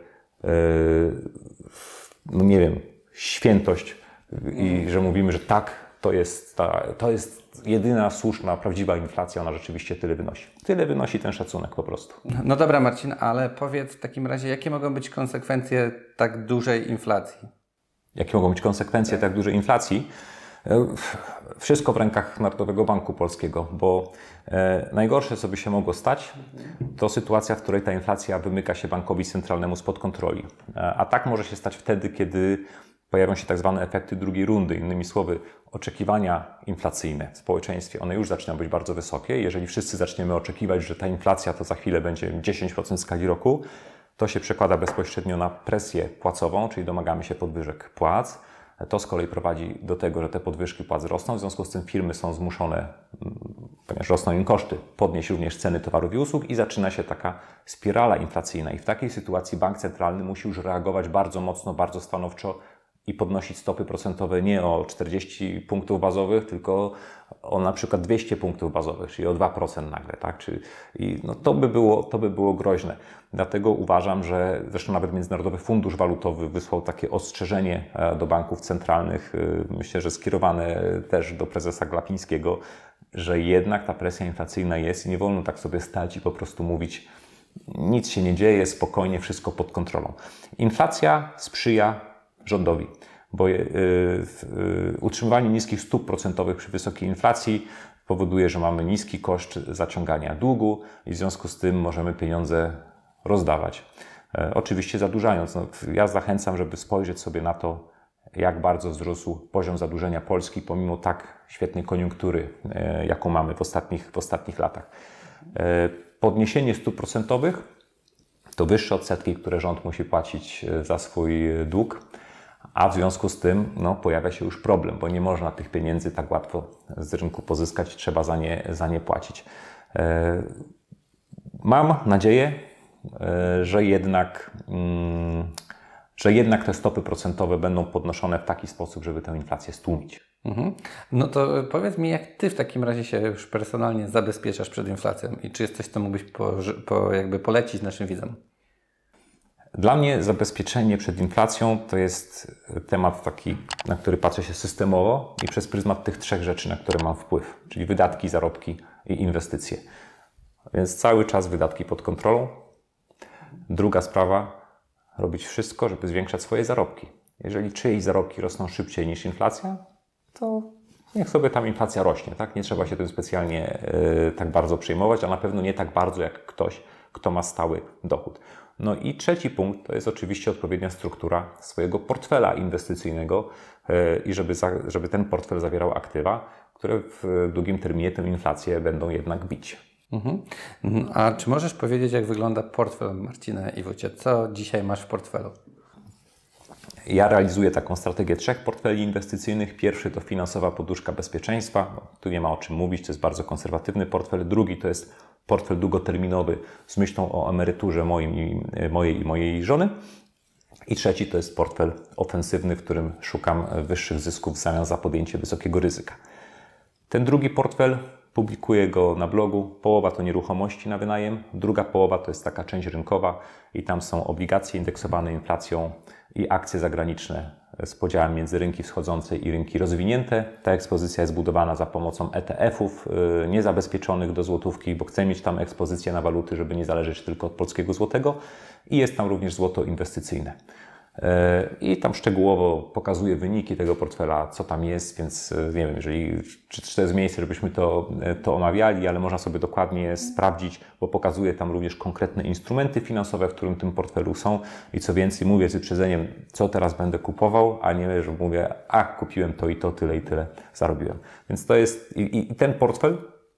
no nie wiem, świętość i że mówimy, że tak, to jest jedyna słuszna, prawdziwa inflacja, ona rzeczywiście tyle wynosi. Tyle wynosi ten szacunek po prostu. No dobra, Marcin, ale powiedz w takim razie, jakie mogą być konsekwencje tak dużej inflacji? Jakie mogą być konsekwencje tak dużej inflacji? Wszystko w rękach Narodowego Banku Polskiego, bo najgorsze, co by się mogło stać, to sytuacja, w której ta inflacja wymyka się bankowi centralnemu spod kontroli. A tak może się stać wtedy, kiedy pojawią się tak zwane efekty drugiej rundy. Innymi słowy, oczekiwania inflacyjne w społeczeństwie, one już zaczynają być bardzo wysokie. Jeżeli wszyscy zaczniemy oczekiwać, że ta inflacja to za chwilę będzie 10% w skali roku, to się przekłada bezpośrednio na presję płacową, czyli domagamy się podwyżek płac. To z kolei prowadzi do tego, że te podwyżki płac rosną, w związku z tym firmy są zmuszone, ponieważ rosną im koszty, podnieść również ceny towarów i usług i zaczyna się taka spirala inflacyjna. I w takiej sytuacji bank centralny musi już reagować bardzo mocno, bardzo stanowczo i podnosić stopy procentowe nie o 40 punktów bazowych, tylko o na przykład 200 punktów bazowych, czyli o 2% nagle. Tak? To by było groźne. Dlatego uważam, że zresztą nawet Międzynarodowy Fundusz Walutowy wysłał takie ostrzeżenie do banków centralnych, myślę, że skierowane też do prezesa Glapińskiego, że jednak ta presja inflacyjna jest i nie wolno tak sobie stać i po prostu mówić, nic się nie dzieje, spokojnie, wszystko pod kontrolą. Inflacja sprzyja rządowi, bo utrzymywanie niskich stóp procentowych przy wysokiej inflacji powoduje, że mamy niski koszt zaciągania długu i w związku z tym możemy pieniądze rozdawać. Oczywiście zadłużając. Ja zachęcam, żeby spojrzeć sobie na to, jak bardzo wzrósł poziom zadłużenia Polski pomimo tak świetnej koniunktury, jaką mamy w ostatnich latach. Podniesienie stóp procentowych to wyższe odsetki, które rząd musi płacić za swój dług, a w związku z tym pojawia się już problem, bo nie można tych pieniędzy tak łatwo z rynku pozyskać, trzeba za nie płacić. Mam nadzieję, że jednak te stopy procentowe będą podnoszone w taki sposób, żeby tę inflację stłumić. No to powiedz mi, jak Ty w takim razie się już personalnie zabezpieczasz przed inflacją i czy jest coś, co mógłbyś polecić naszym widzom? Dla mnie zabezpieczenie przed inflacją to jest temat taki, na który patrzę się systemowo i przez pryzmat tych trzech rzeczy, na które mam wpływ, czyli wydatki, zarobki i inwestycje. Więc cały czas wydatki pod kontrolą. Druga sprawa, robić wszystko, żeby zwiększać swoje zarobki. Jeżeli czyjeś zarobki rosną szybciej niż inflacja, to niech sobie tam inflacja rośnie. Tak? Nie trzeba się tym specjalnie tak bardzo przejmować, a na pewno nie tak bardzo jak ktoś, kto ma stały dochód. No i trzeci punkt to jest oczywiście odpowiednia struktura swojego portfela inwestycyjnego i żeby ten portfel zawierał aktywa, które w długim terminie tę inflację będą jednak bić. A czy możesz powiedzieć, jak wygląda portfel Marcina Iwucia? Co dzisiaj masz w portfelu? Ja realizuję taką strategię 3 portfeli inwestycyjnych. Pierwszy to finansowa poduszka bezpieczeństwa. Tu nie ma o czym mówić, to jest bardzo konserwatywny portfel. Drugi to jest portfel długoterminowy z myślą o emeryturze mojej i mojej żony. I trzeci to jest portfel ofensywny, w którym szukam wyższych zysków w zamian za podjęcie wysokiego ryzyka. Ten drugi portfel, publikuję go na blogu. Połowa to nieruchomości na wynajem, druga połowa to jest taka część rynkowa i tam są obligacje indeksowane inflacją i akcje zagraniczne z podziałem między rynki wschodzące i rynki rozwinięte. Ta ekspozycja jest budowana za pomocą ETF-ów niezabezpieczonych do złotówki, bo chcę mieć tam ekspozycję na waluty, żeby nie zależeć tylko od polskiego złotego i jest tam również złoto inwestycyjne. I tam szczegółowo pokazuję wyniki tego portfela, co tam jest, więc nie wiem, czy to jest miejsce, żebyśmy to omawiali, ale można sobie dokładnie sprawdzić, bo pokazuję tam również konkretne instrumenty finansowe, w którym tym portfelu są i co więcej mówię z wyprzedzeniem, co teraz będę kupował, a nie, że mówię, kupiłem to i to, tyle i tyle zarobiłem. Więc to jest i ten portfel,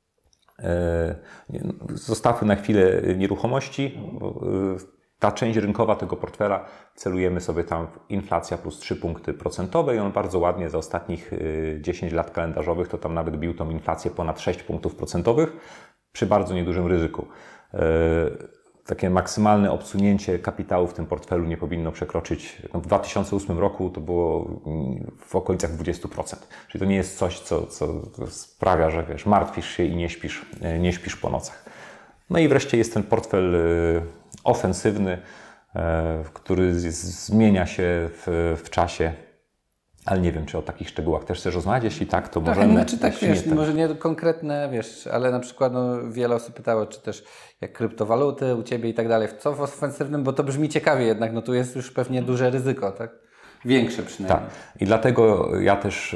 zostawmy na chwilę nieruchomości, ta część rynkowa tego portfela, celujemy sobie tam w inflacja plus 3 punkty procentowe i on bardzo ładnie za ostatnich 10 lat kalendarzowych to tam nawet bił tą inflację ponad 6 punktów procentowych przy bardzo niedużym ryzyku. Takie maksymalne obsunięcie kapitału w tym portfelu nie powinno przekroczyć, w 2008 roku to było w okolicach 20%. Czyli to nie jest coś, co sprawia, że martwisz się i nie śpisz po nocach. No i wreszcie jest ten portfel ofensywny, który zmienia się w czasie, ale nie wiem, czy o takich szczegółach też chcesz rozmawiać. Jeśli tak, to możemy. Znaczy tak, może nie konkretne, ale na przykład wiele osób pytało, czy też jak kryptowaluty u Ciebie i tak dalej, co w ofensywnym, bo to brzmi ciekawie jednak, tu jest już pewnie duże ryzyko, tak? Większe przynajmniej. Tak. I dlatego ja też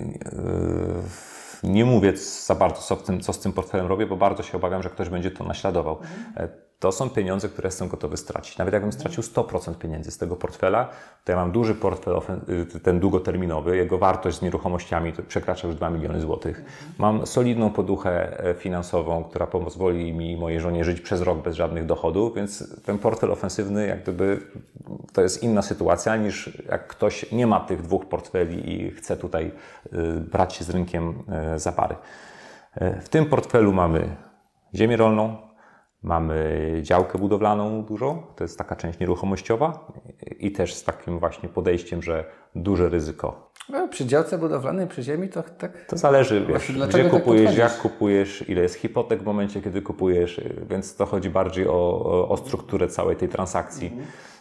nie mówię za bardzo, co z tym portfelem robię, bo bardzo się obawiam, że ktoś będzie to naśladował. To są pieniądze, które jestem gotowy stracić. Nawet jakbym stracił 100% pieniędzy z tego portfela, to ja mam duży portfel, ten długoterminowy, jego wartość z nieruchomościami to przekracza już 2 miliony złotych. Mam solidną poduchę finansową, która pozwoli mi i mojej żonie żyć przez rok bez żadnych dochodów, więc ten portfel ofensywny jak gdyby to jest inna sytuacja niż jak ktoś nie ma tych dwóch portfeli i chce tutaj brać się z rynkiem za pary. W tym portfelu mamy ziemię rolną, mamy działkę budowlaną dużą, to jest taka część nieruchomościowa i też z takim właśnie podejściem, że duże ryzyko. Przy działce budowlanej, przy ziemi to tak... To zależy, gdzie kupujesz, tak jak kupujesz, ile jest hipotek w momencie, kiedy kupujesz, więc to chodzi bardziej o strukturę całej tej transakcji,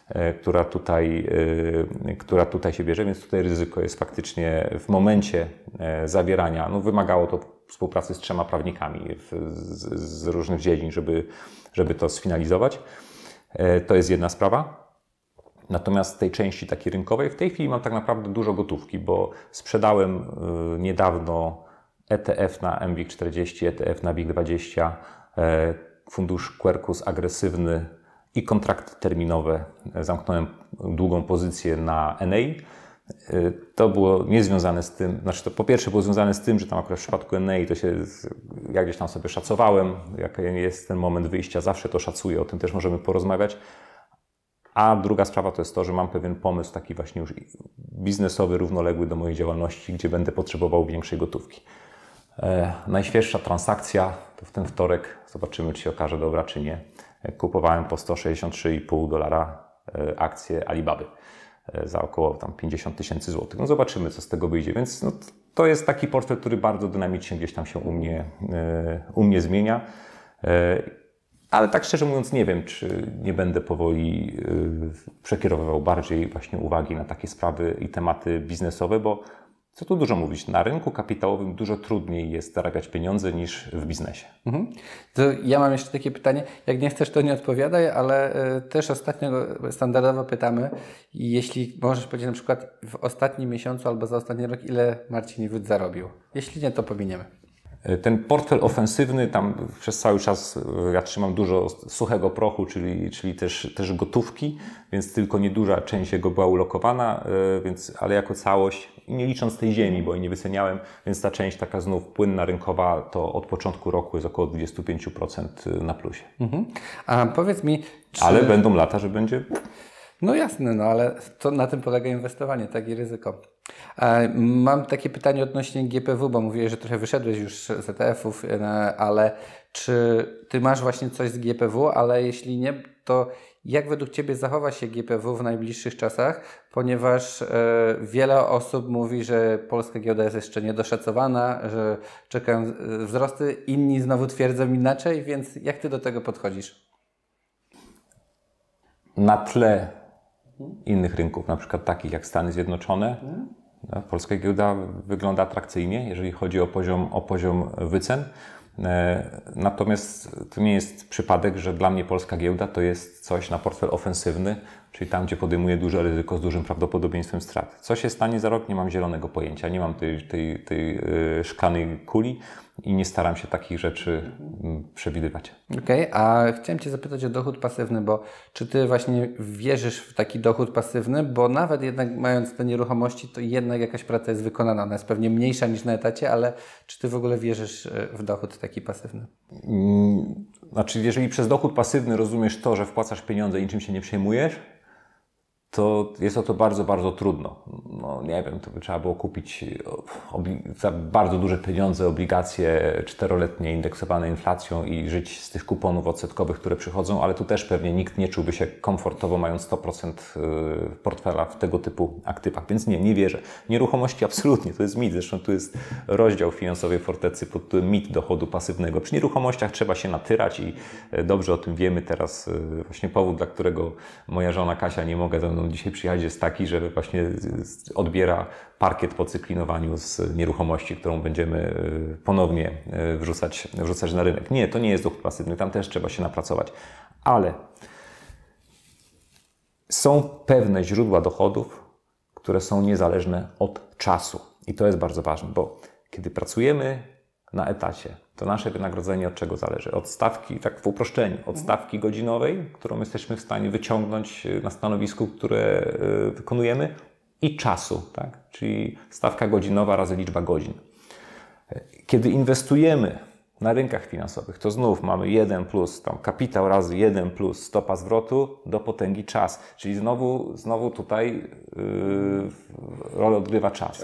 która tutaj się bierze, więc tutaj ryzyko jest faktycznie w momencie zawierania, wymagało to współpracy z 3 prawnikami z różnych dziedzin, żeby to sfinalizować. To jest jedna sprawa. Natomiast z tej części takiej rynkowej w tej chwili mam tak naprawdę dużo gotówki, bo sprzedałem niedawno ETF na MWIG40, ETF na WIG20, fundusz Quercus agresywny i kontrakty terminowe. Zamknąłem długą pozycję na NEI. To było niezwiązane z tym, to po pierwsze było związane z tym, że tam akurat w przypadku NEI to się, ja gdzieś tam sobie szacowałem, jaki jest ten moment wyjścia, zawsze to szacuję, o tym też możemy porozmawiać. A druga sprawa to jest to, że mam pewien pomysł taki właśnie już biznesowy, równoległy do mojej działalności, gdzie będę potrzebował większej gotówki. Najświeższa transakcja to w ten wtorek, zobaczymy czy się okaże dobra czy nie. Kupowałem po $163,5 akcje Alibaby za około tam 50 000 złotych. Zobaczymy, co z tego wyjdzie. Więc to jest taki portfel, który bardzo dynamicznie gdzieś tam się u mnie zmienia. Ale tak szczerze mówiąc nie wiem, czy nie będę powoli przekierowywał bardziej właśnie uwagi na takie sprawy i tematy biznesowe, bo co tu dużo mówić, na rynku kapitałowym dużo trudniej jest zarabiać pieniądze niż w biznesie. To ja mam jeszcze takie pytanie, jak nie chcesz to nie odpowiadaj, ale też ostatnio standardowo pytamy, jeśli możesz powiedzieć na przykład w ostatnim miesiącu albo za ostatni rok, ile Marcin Iwódź zarobił. Jeśli nie, to pominiemy. Ten portfel ofensywny, tam przez cały czas ja trzymam dużo suchego prochu, czyli też gotówki, więc tylko nieduża część jego była ulokowana, ale jako całość, nie licząc tej ziemi, bo jej nie wyceniałem, więc ta część taka znów płynna, rynkowa, to od początku roku jest około 25% na plusie. A powiedz mi... Ale będą lata, że będzie... No jasne, ale to na tym polega inwestowanie, tak i ryzyko. Mam takie pytanie odnośnie GPW, bo mówiłeś, że trochę wyszedłeś już z ETF-ów, ale czy Ty masz właśnie coś z GPW, ale jeśli nie, to Jak według Ciebie zachowa się GPW w najbliższych czasach, ponieważ wiele osób mówi, że polska giełda jest jeszcze niedoszacowana, że czekają wzrosty, inni znowu twierdzą inaczej, więc jak Ty do tego podchodzisz? Na tle innych rynków, na przykład takich jak Stany Zjednoczone, polska giełda wygląda atrakcyjnie, jeżeli chodzi o poziom wycen. Natomiast to nie jest przypadek, że dla mnie polska giełda to jest coś na portfel ofensywny, czyli tam, gdzie podejmuję duże ryzyko z dużym prawdopodobieństwem strat. Co się stanie za rok? Nie mam zielonego pojęcia, nie mam tej szklanej kuli i nie staram się takich rzeczy przewidywać. Okej, a chciałem Cię zapytać o dochód pasywny, bo czy Ty właśnie wierzysz w taki dochód pasywny, bo nawet jednak mając te nieruchomości, to jednak jakaś praca jest wykonana, ona jest pewnie mniejsza niż na etacie, ale czy Ty w ogóle wierzysz w dochód taki pasywny? Znaczy, jeżeli przez dochód pasywny rozumiesz to, że wpłacasz pieniądze i niczym się nie przejmujesz, to jest o to bardzo, bardzo trudno. No nie wiem, to by trzeba było kupić za bardzo duże pieniądze obligacje 4-letnie indeksowane inflacją i żyć z tych kuponów odsetkowych, które przychodzą, ale tu też pewnie nikt nie czułby się komfortowo mając 100% portfela w tego typu aktywach, więc nie wierzę. Nieruchomości absolutnie, to jest mit, zresztą tu jest rozdział w finansowej fortecy pod tytułem mit dochodu pasywnego. Przy nieruchomościach trzeba się natyrać i dobrze o tym wiemy teraz. Właśnie powód, dla którego moja żona Kasia nie mogę ze mną dzisiaj przyjechać, jest taki, że właśnie odbiera parkiet po cyklinowaniu z nieruchomości, którą będziemy ponownie wrzucać na rynek. Nie, to nie jest dochód pasywny, tam też trzeba się napracować. Ale są pewne źródła dochodów, które są niezależne od czasu. I to jest bardzo ważne, bo kiedy pracujemy na etacie, to nasze wynagrodzenie od czego zależy? Od stawki, tak w uproszczeniu, od stawki godzinowej, którą jesteśmy w stanie wyciągnąć na stanowisku, które wykonujemy, i czasu, tak? Czyli stawka godzinowa razy liczba godzin. Kiedy inwestujemy na rynkach finansowych, to znów mamy 1 plus tam kapitał razy 1 plus stopa zwrotu do potęgi czas. Czyli znowu tutaj rolę odgrywa czas.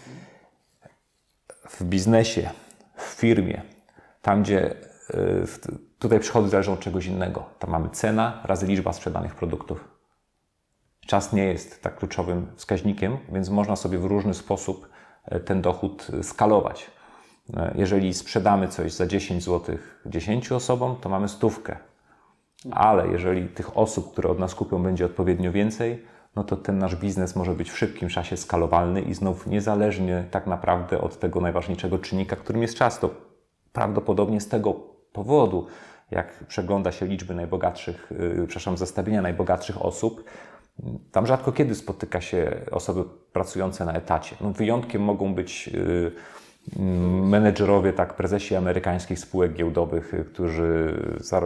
W biznesie, w firmie, tam gdzie tutaj przychody zależą od czegoś innego. Tam mamy cena razy liczba sprzedanych produktów. Czas nie jest tak kluczowym wskaźnikiem, więc można sobie w różny sposób ten dochód skalować. Jeżeli sprzedamy coś za 10 zł 10 osobom, to mamy 100. Ale jeżeli tych osób, które od nas kupią, będzie odpowiednio więcej, no to ten nasz biznes może być w szybkim czasie skalowalny i znów niezależnie tak naprawdę od tego najważniejszego czynnika, którym jest czas. To prawdopodobnie z tego powodu, jak przegląda się liczby zestawienia najbogatszych osób, tam rzadko kiedy spotyka się osoby pracujące na etacie. No, wyjątkiem mogą być menedżerowie, prezesi amerykańskich spółek giełdowych, którzy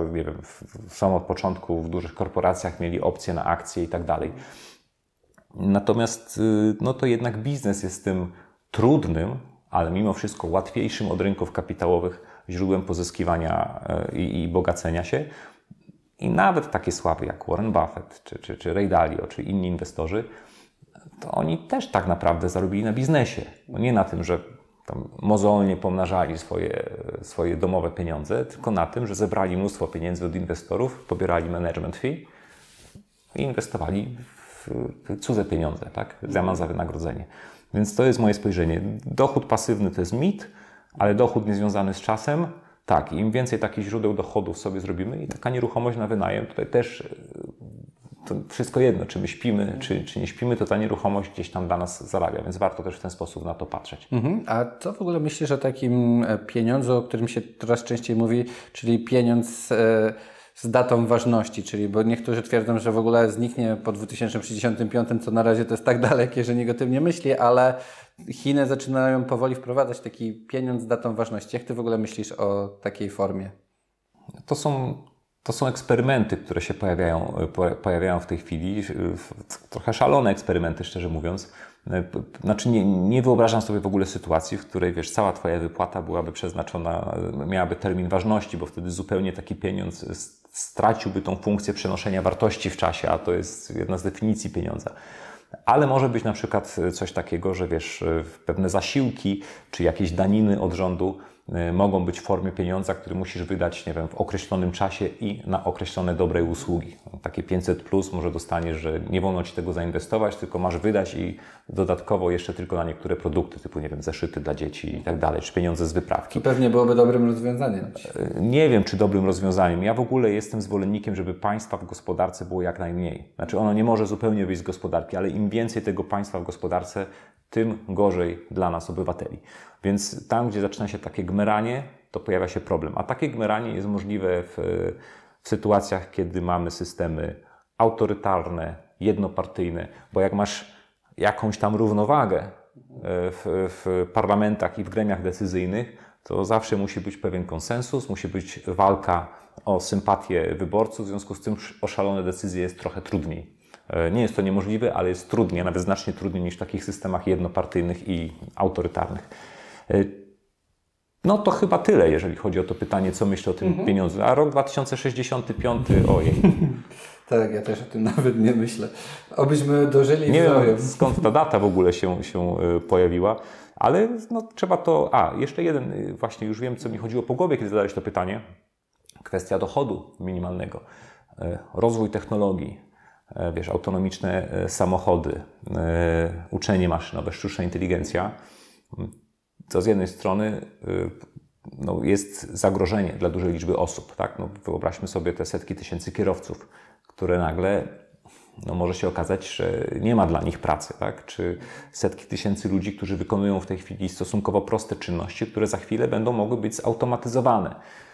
są od początku w dużych korporacjach, mieli opcje na akcje i tak dalej. Natomiast no to jednak biznes jest tym trudnym, ale mimo wszystko łatwiejszym od rynków kapitałowych źródłem pozyskiwania i bogacenia się. I nawet takie sławy jak Warren Buffett, czy Ray Dalio, czy inni inwestorzy, to oni też tak naprawdę zarobili na biznesie. No nie na tym, że tam mozolnie pomnażali swoje domowe pieniądze, tylko na tym, że zebrali mnóstwo pieniędzy od inwestorów, pobierali management fee i inwestowali w cudze pieniądze, tak? W zamian za wynagrodzenie. Więc to jest moje spojrzenie. Dochód pasywny to jest mit, ale dochód niezwiązany z czasem, tak, im więcej takich źródeł dochodów sobie zrobimy i taka nieruchomość na wynajem, tutaj też to wszystko jedno, czy my śpimy, czy nie śpimy, to ta nieruchomość gdzieś tam dla nas zarabia, więc warto też w ten sposób na to patrzeć. A co w ogóle myślisz o takim pieniądzu, o którym się coraz częściej mówi, czyli pieniądz z datą ważności, czyli bo niektórzy twierdzą, że w ogóle zniknie po 2065, co na razie to jest tak dalekie, że nikt o tym nie myśli, ale Chiny zaczynają powoli wprowadzać taki pieniądz z datą ważności. Jak Ty w ogóle myślisz o takiej formie? To są eksperymenty, które się pojawiają w tej chwili. Trochę szalone eksperymenty, szczerze mówiąc. Znaczy nie wyobrażam sobie w ogóle sytuacji, w której cała Twoja wypłata byłaby przeznaczona, miałaby termin ważności, bo wtedy zupełnie taki pieniądz straciłby tą funkcję przenoszenia wartości w czasie, a to jest jedna z definicji pieniądza. Ale może być na przykład coś takiego, że wiesz, pewne zasiłki czy jakieś daniny od rządu mogą być w formie pieniądza, który musisz wydać, nie wiem, w określonym czasie i na określone dobre usługi. Takie 500 plus może dostaniesz, że nie wolno Ci tego zainwestować, tylko masz wydać i dodatkowo jeszcze tylko na niektóre produkty, typu, nie wiem, zeszyty dla dzieci i tak dalej, czy pieniądze z wyprawki. To pewnie byłoby dobrym rozwiązaniem. Nie wiem, czy dobrym rozwiązaniem. Ja w ogóle jestem zwolennikiem, żeby państwa w gospodarce było jak najmniej. Znaczy ono nie może zupełnie wyjść z gospodarki, ale im więcej tego państwa w gospodarce, tym gorzej dla nas, obywateli. Więc tam, gdzie zaczyna się takie gmeranie, to pojawia się problem. A takie gmeranie jest możliwe w sytuacjach, kiedy mamy systemy autorytarne, jednopartyjne, bo jak masz jakąś tam równowagę w parlamentach i w gremiach decyzyjnych, to zawsze musi być pewien konsensus, musi być walka o sympatię wyborców, w związku z tym o szalone decyzje jest trochę trudniej. Nie jest to niemożliwe, ale jest trudniej, nawet znacznie trudniej niż w takich systemach jednopartyjnych i autorytarnych. No to chyba tyle, jeżeli chodzi o to pytanie, co myślę o tym pieniądzu. A rok 2065, ojej. Tak, ja też o tym nawet nie myślę. Obyśmy dożyli. Nie wiem, skąd ta data w ogóle się pojawiła, ale no, trzeba to... jeszcze jeden, właśnie już wiem, co mi chodziło po głowie, kiedy zadałeś to pytanie. Kwestia dochodu minimalnego. Rozwój technologii. Wiesz, autonomiczne samochody, uczenie maszynowe, sztuczna inteligencja. To z jednej strony no, jest zagrożenie dla dużej liczby osób. Tak? No, wyobraźmy sobie te setki tysięcy kierowców, które nagle no, może się okazać, że nie ma dla nich pracy. Tak? Czy setki tysięcy ludzi, którzy wykonują w tej chwili stosunkowo proste czynności, które za chwilę będą mogły być zautomatyzowane.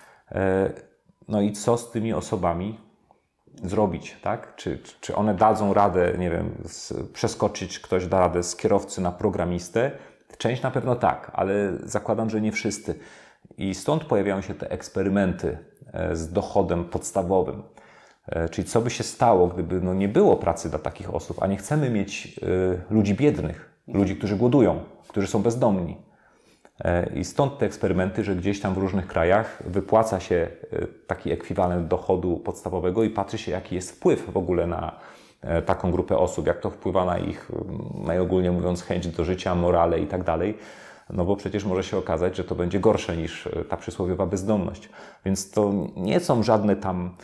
No i co z tymi osobami zrobić, tak? Czy one dadzą radę, nie wiem, przeskoczyć, ktoś da radę z kierowcy na programistę? Część na pewno tak, ale zakładam, że nie wszyscy. I stąd pojawiają się te eksperymenty z dochodem podstawowym. Czyli co by się stało, gdyby no, nie było pracy dla takich osób, a nie chcemy mieć ludzi biednych, ludzi, którzy głodują, którzy są bezdomni. I stąd te eksperymenty, że gdzieś tam w różnych krajach wypłaca się taki ekwiwalent dochodu podstawowego i patrzy się, jaki jest wpływ w ogóle na taką grupę osób, jak to wpływa na ich, najogólnie mówiąc, chęć do życia, morale i tak dalej. No bo przecież może się okazać, że to będzie gorsze niż ta przysłowiowa bezdomność. Więc to nie są żadne tam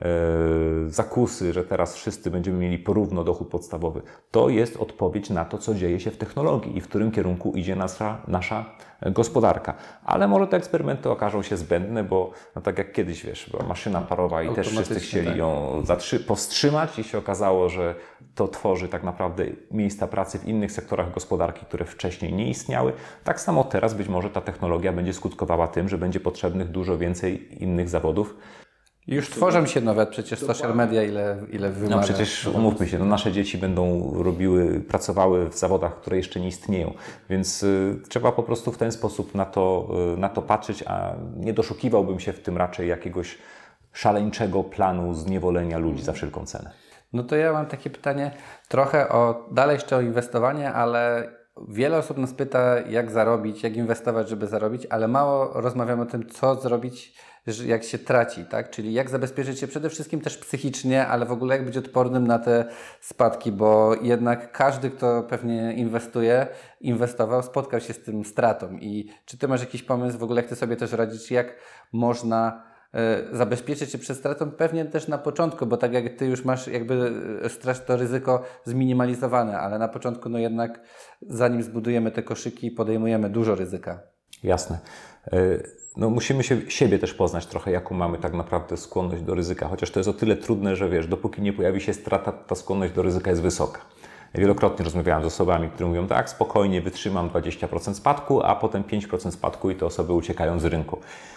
zakusy, że teraz wszyscy będziemy mieli porówno dochód podstawowy. To jest odpowiedź na to, co dzieje się w technologii i w którym kierunku idzie nasza gospodarka. Ale może te eksperymenty okażą się zbędne, bo no tak jak kiedyś, wiesz, była maszyna parowa i też wszyscy chcieli ją powstrzymać i się okazało, że to tworzy tak naprawdę miejsca pracy w innych sektorach gospodarki, które wcześniej nie istniały. Tak samo teraz być może ta technologia będzie skutkowała tym, że będzie potrzebnych dużo więcej innych zawodów. Już tworzą się nowe przecież social media, ile wymaga. No przecież umówmy się, no nasze dzieci będą pracowały w zawodach, które jeszcze nie istnieją, więc trzeba po prostu w ten sposób na to patrzeć, a nie doszukiwałbym się w tym raczej jakiegoś szaleńczego planu zniewolenia ludzi za wszelką cenę. No to ja mam takie pytanie trochę dalej jeszcze o inwestowanie, ale wiele osób nas pyta, jak zarobić, jak inwestować, żeby zarobić, ale mało rozmawiamy o tym, co zrobić, jak się traci, tak? Czyli jak zabezpieczyć się przede wszystkim też psychicznie, ale w ogóle jak być odpornym na te spadki, bo jednak każdy, kto pewnie inwestował, spotkał się z tym stratą. I czy Ty masz jakiś pomysł w ogóle, jak Ty sobie też radzisz, jak można zabezpieczyć się przed stratą? Pewnie też na początku, bo tak jak Ty już masz jakby to ryzyko zminimalizowane, ale na początku no jednak zanim zbudujemy te koszyki, podejmujemy dużo ryzyka. Jasne. No musimy siebie też poznać trochę, jaką mamy tak naprawdę skłonność do ryzyka. Chociaż to jest o tyle trudne, że wiesz, dopóki nie pojawi się strata, ta skłonność do ryzyka jest wysoka. Ja wielokrotnie rozmawiałem z osobami, które mówią, tak, spokojnie wytrzymam 20% spadku, a potem 5% spadku i te osoby uciekają z rynku.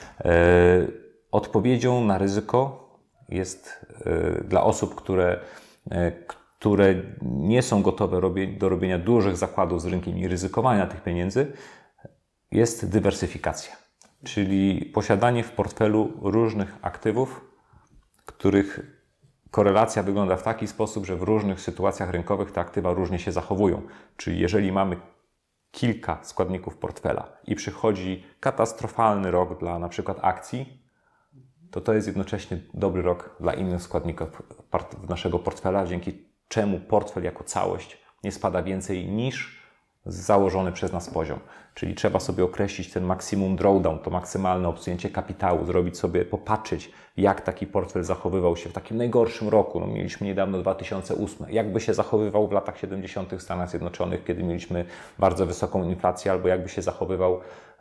Odpowiedzią na ryzyko jest dla osób, które nie są gotowe do robienia dużych zakładów z rynkiem i ryzykowania tych pieniędzy, jest dywersyfikacja. Czyli posiadanie w portfelu różnych aktywów, których korelacja wygląda w taki sposób, że w różnych sytuacjach rynkowych te aktywa różnie się zachowują. Czyli jeżeli mamy kilka składników portfela i przychodzi katastrofalny rok dla na przykład akcji, to jest jednocześnie dobry rok dla innych składników naszego portfela, dzięki czemu portfel jako całość nie spada więcej niż założony przez nas poziom. Czyli trzeba sobie określić ten maksimum drawdown, to maksymalne obsunięcie kapitału, zrobić sobie, popatrzeć, jak taki portfel zachowywał się w takim najgorszym roku. No, mieliśmy niedawno 2008. Jakby się zachowywał w latach 70. w Stanach Zjednoczonych, kiedy mieliśmy bardzo wysoką inflację, albo jakby się zachowywał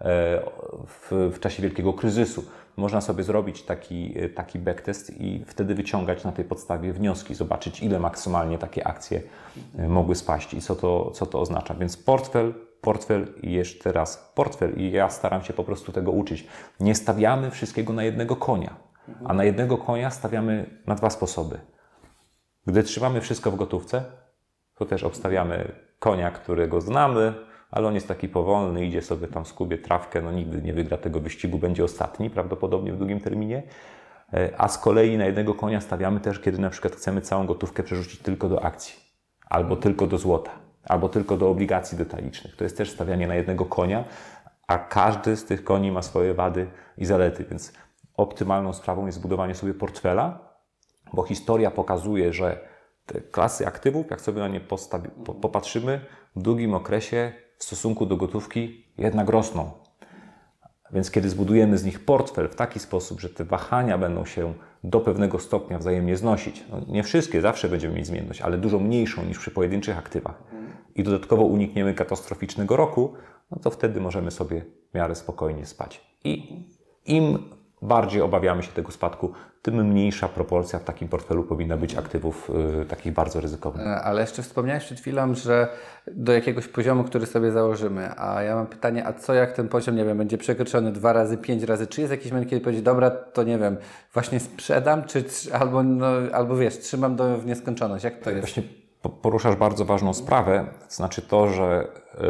w czasie wielkiego kryzysu. Można sobie zrobić taki backtest i wtedy wyciągać na tej podstawie wnioski, zobaczyć, ile maksymalnie takie akcje mogły spaść i co to oznacza. Więc portfel i jeszcze raz portfel i ja staram się po prostu tego uczyć. Nie stawiamy wszystkiego na jednego konia, a na jednego konia stawiamy na dwa sposoby. Gdy trzymamy wszystko w gotówce, to też obstawiamy konia, którego znamy, ale on jest taki powolny, idzie sobie tam, skubie trawkę, no nigdy nie wygra tego wyścigu, będzie ostatni prawdopodobnie w długim terminie. A z kolei na jednego konia stawiamy też, kiedy na przykład chcemy całą gotówkę przerzucić tylko do akcji, albo tylko do złota, albo tylko do obligacji detalicznych. To jest też stawianie na jednego konia, a każdy z tych koni ma swoje wady i zalety, więc optymalną sprawą jest zbudowanie sobie portfela, bo historia pokazuje, że te klasy aktywów, jak sobie na nie popatrzymy, w długim okresie w stosunku do gotówki jednak rosną. Więc kiedy zbudujemy z nich portfel w taki sposób, że te wahania będą się do pewnego stopnia wzajemnie znosić, no nie wszystkie, zawsze będziemy mieć zmienność, ale dużo mniejszą niż przy pojedynczych aktywach i dodatkowo unikniemy katastroficznego roku, no to wtedy możemy sobie w miarę spokojnie spać. I im bardziej obawiamy się tego spadku, tym mniejsza proporcja w takim portfelu powinna być aktywów takich bardzo ryzykownych. Ale jeszcze wspomniałeś przed chwilą, że do jakiegoś poziomu, który sobie założymy, a ja mam pytanie, a co jak ten poziom, nie wiem, będzie przekroczony 2 razy, 5 razy, czy jest jakiś moment, kiedy powiedzieć, dobra, to nie wiem, właśnie sprzedam, czy albo wiesz, trzymam w nieskończoność, jak to jest? Właśnie poruszasz bardzo ważną sprawę, to znaczy to, że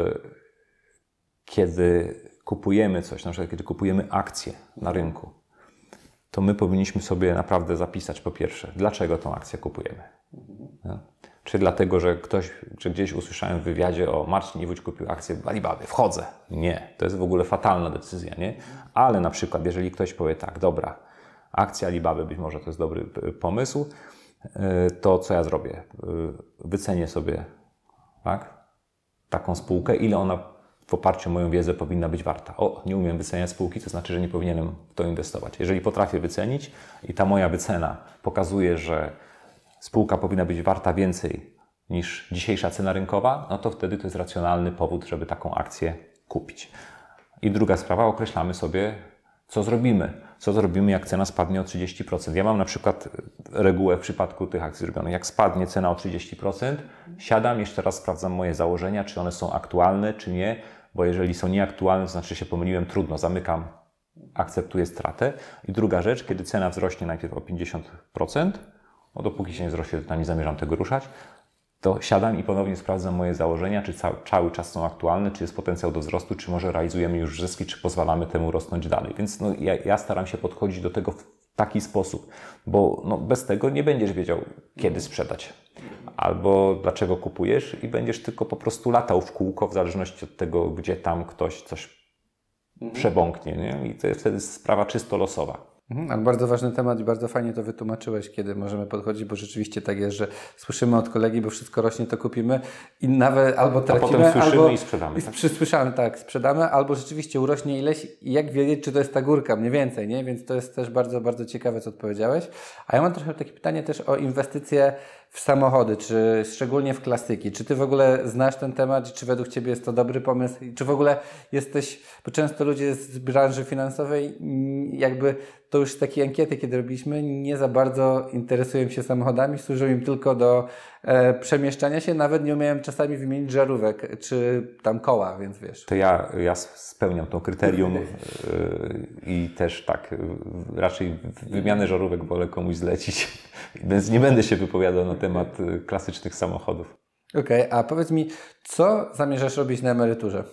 kiedy kupujemy coś, na przykład kiedy kupujemy akcje na rynku, to my powinniśmy sobie naprawdę zapisać po pierwsze, dlaczego tą akcję kupujemy. No? Czy dlatego, że gdzieś usłyszałem w wywiadzie o Marcin Iwódź kupił akcję w Alibabie, wchodzę. Nie, to jest w ogóle fatalna decyzja, nie? Ale na przykład, jeżeli ktoś powie tak, dobra, akcja Alibaby, być może to jest dobry pomysł, to co ja zrobię? Wycenię sobie, tak, taką spółkę, ile ona w oparciu o moją wiedzę powinna być warta. O, nie umiem wyceniać spółki, to znaczy, że nie powinienem w to inwestować. Jeżeli potrafię wycenić i ta moja wycena pokazuje, że spółka powinna być warta więcej niż dzisiejsza cena rynkowa, no to wtedy to jest racjonalny powód, żeby taką akcję kupić. I druga sprawa, określamy sobie, co zrobimy. Co zrobimy, jak cena spadnie o 30%. Ja mam na przykład regułę w przypadku tych akcji zrobionych. Jak spadnie cena o 30%, siadam, jeszcze raz sprawdzam moje założenia, czy one są aktualne, czy nie, bo jeżeli są nieaktualne, to znaczy się pomyliłem, trudno, zamykam, akceptuję stratę. I druga rzecz, kiedy cena wzrośnie najpierw o 50%, no dopóki się nie wzrośnie, to nie zamierzam tego ruszać, to siadam i ponownie sprawdzam moje założenia, czy cały czas są aktualne, czy jest potencjał do wzrostu, czy może realizujemy już zyski, czy pozwalamy temu rosnąć dalej. Więc no, ja staram się podchodzić do tego w taki sposób, bo no, bez tego nie będziesz wiedział, kiedy sprzedać. Albo dlaczego kupujesz i będziesz tylko po prostu latał w kółko, w zależności od tego, gdzie tam ktoś coś przebąknie. Nie? I to jest wtedy sprawa czysto losowa. Ale bardzo ważny temat i bardzo fajnie to wytłumaczyłeś, kiedy możemy podchodzić, bo rzeczywiście tak jest, że słyszymy od kolegi, bo wszystko rośnie, to kupimy i nawet albo tracimy, a potem słyszymy albo i sprzedamy. Tak? Słyszałem, tak, sprzedamy, albo rzeczywiście urośnie ileś i jak wiedzieć, czy to jest ta górka, mniej więcej, nie? Więc to jest też bardzo, bardzo ciekawe, co odpowiedziałeś. A ja mam trochę takie pytanie też o inwestycje w samochody, czy szczególnie w klasyki. Czy Ty w ogóle znasz ten temat i czy według Ciebie jest to dobry pomysł? I czy w ogóle jesteś, bo często ludzie z branży finansowej jakby to już z takiej ankiety, kiedy robiliśmy, nie za bardzo interesują się samochodami, służą im tylko do przemieszczania się, nawet nie umiem czasami wymienić żarówek, czy tam koła, więc wiesz. To ja spełniam to kryterium i też tak, raczej wymianę żarówek wolę komuś zlecić, więc nie będę się wypowiadał na temat klasycznych samochodów. Okej, a powiedz mi, co zamierzasz robić na emeryturze?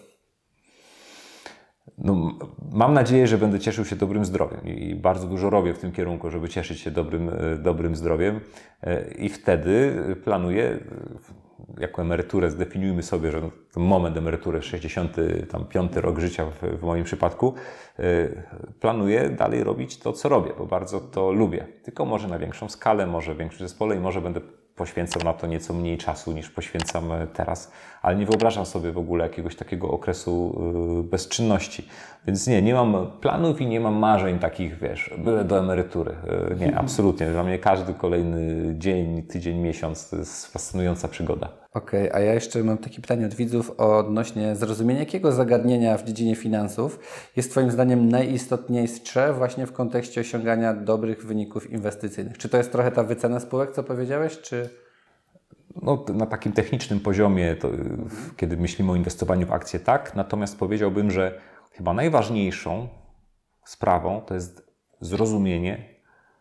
No, mam nadzieję, że będę cieszył się dobrym zdrowiem i bardzo dużo robię w tym kierunku, żeby cieszyć się dobrym zdrowiem i wtedy planuję, jako emeryturę zdefiniujmy sobie, że ten moment emerytury, 65 rok życia w moim przypadku, planuję dalej robić to, co robię, bo bardzo to lubię. Tylko może na większą skalę, może w większym zespole i może będę poświęcam na to nieco mniej czasu niż poświęcam teraz, ale nie wyobrażam sobie w ogóle jakiegoś takiego okresu bezczynności. Więc nie mam planów i nie mam marzeń takich, wiesz, byle do emerytury. Nie, absolutnie. Dla mnie każdy kolejny dzień, tydzień, miesiąc to jest fascynująca przygoda. Okej, a ja jeszcze mam takie pytanie od widzów odnośnie zrozumienia, jakiego zagadnienia w dziedzinie finansów jest Twoim zdaniem najistotniejsze właśnie w kontekście osiągania dobrych wyników inwestycyjnych? Czy to jest trochę ta wycena spółek, co powiedziałeś, czy... No, na takim technicznym poziomie, to, kiedy myślimy o inwestowaniu w akcje, tak. Natomiast powiedziałbym, że chyba najważniejszą sprawą to jest zrozumienie,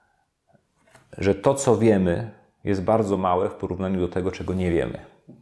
że to, co wiemy, jest bardzo małe w porównaniu do tego, czego nie wiemy.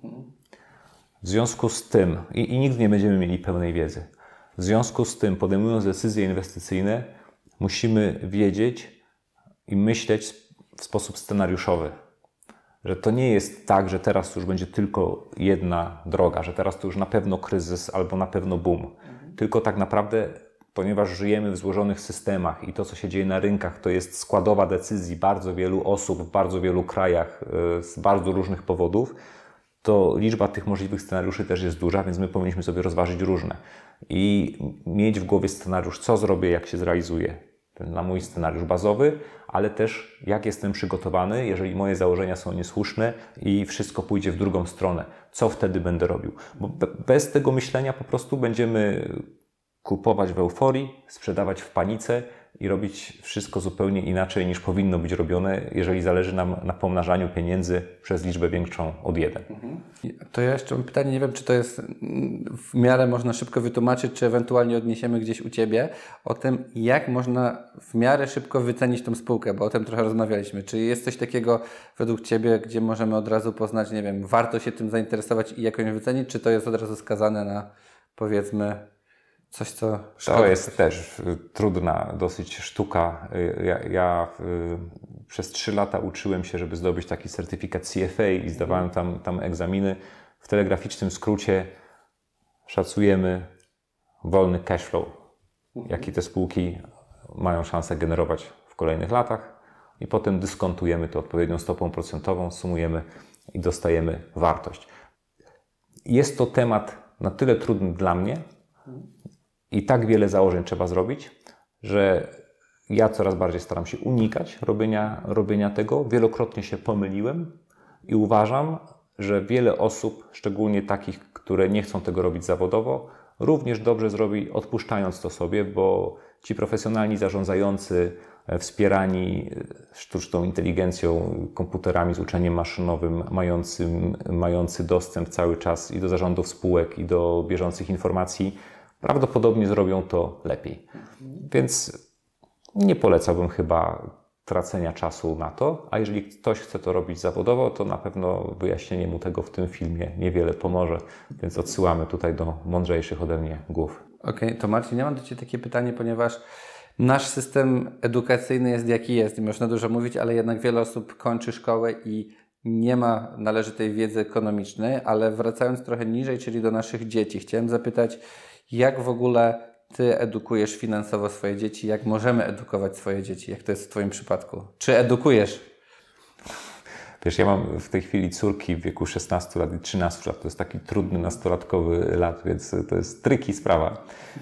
W związku z tym, i nigdy nie będziemy mieli pełnej wiedzy, w związku z tym, podejmując decyzje inwestycyjne, musimy wiedzieć i myśleć w sposób scenariuszowy. Że to nie jest tak, że teraz już będzie tylko jedna droga, że teraz to już na pewno kryzys albo na pewno boom. Tylko tak naprawdę, ponieważ żyjemy w złożonych systemach i to, co się dzieje na rynkach, to jest składowa decyzji bardzo wielu osób w bardzo wielu krajach z bardzo różnych powodów, to liczba tych możliwych scenariuszy też jest duża, więc my powinniśmy sobie rozważyć różne. I mieć w głowie scenariusz, co zrobię, jak się zrealizuję. Ten na mój scenariusz bazowy, ale też jak jestem przygotowany, jeżeli moje założenia są niesłuszne i wszystko pójdzie w drugą stronę. Co wtedy będę robił? Bo bez tego myślenia po prostu będziemy kupować w euforii, sprzedawać w panice i robić wszystko zupełnie inaczej niż powinno być robione, jeżeli zależy nam na pomnażaniu pieniędzy przez liczbę większą od 1. To ja jeszcze mam pytanie, nie wiem, czy to jest w miarę można szybko wytłumaczyć, czy ewentualnie odniesiemy gdzieś u Ciebie o tym, jak można w miarę szybko wycenić tą spółkę, bo o tym trochę rozmawialiśmy. Czy jest coś takiego według Ciebie, gdzie możemy od razu poznać, nie wiem, warto się tym zainteresować i jak ją wycenić, czy to jest od razu skazane na, powiedzmy, coś, co... To jest też trudna dosyć sztuka. Ja przez 3 lata uczyłem się, żeby zdobyć taki certyfikat CFA i zdawałem tam egzaminy. W telegraficznym skrócie szacujemy wolny cash flow, jaki te spółki mają szansę generować w kolejnych latach i potem dyskontujemy to odpowiednią stopą procentową, sumujemy i dostajemy wartość. Jest to temat na tyle trudny dla mnie, i tak wiele założeń trzeba zrobić, że ja coraz bardziej staram się unikać robienia tego. Wielokrotnie się pomyliłem i uważam, że wiele osób, szczególnie takich, które nie chcą tego robić zawodowo, również dobrze zrobi, odpuszczając to sobie, bo ci profesjonalni zarządzający, wspierani sztuczną inteligencją, komputerami z uczeniem maszynowym, mający dostęp cały czas i do zarządów spółek, i do bieżących informacji, prawdopodobnie zrobią to lepiej. Więc nie polecałbym chyba tracenia czasu na to, a jeżeli ktoś chce to robić zawodowo, to na pewno wyjaśnienie mu tego w tym filmie niewiele pomoże, więc odsyłamy tutaj do mądrzejszych ode mnie głów. Okej, to Marcin, ja mam do Ciebie takie pytanie, ponieważ nasz system edukacyjny jest jaki jest i można dużo mówić, ale jednak wiele osób kończy szkołę i nie ma należytej wiedzy ekonomicznej, ale wracając trochę niżej, czyli do naszych dzieci, chciałem zapytać, jak w ogóle Ty edukujesz finansowo swoje dzieci? Jak możemy edukować swoje dzieci? Jak to jest w Twoim przypadku? Czy edukujesz? Wiesz, ja mam w tej chwili córki w wieku 16 lat i 13 lat. To jest taki trudny nastolatkowy lat, więc to jest tricky sprawa.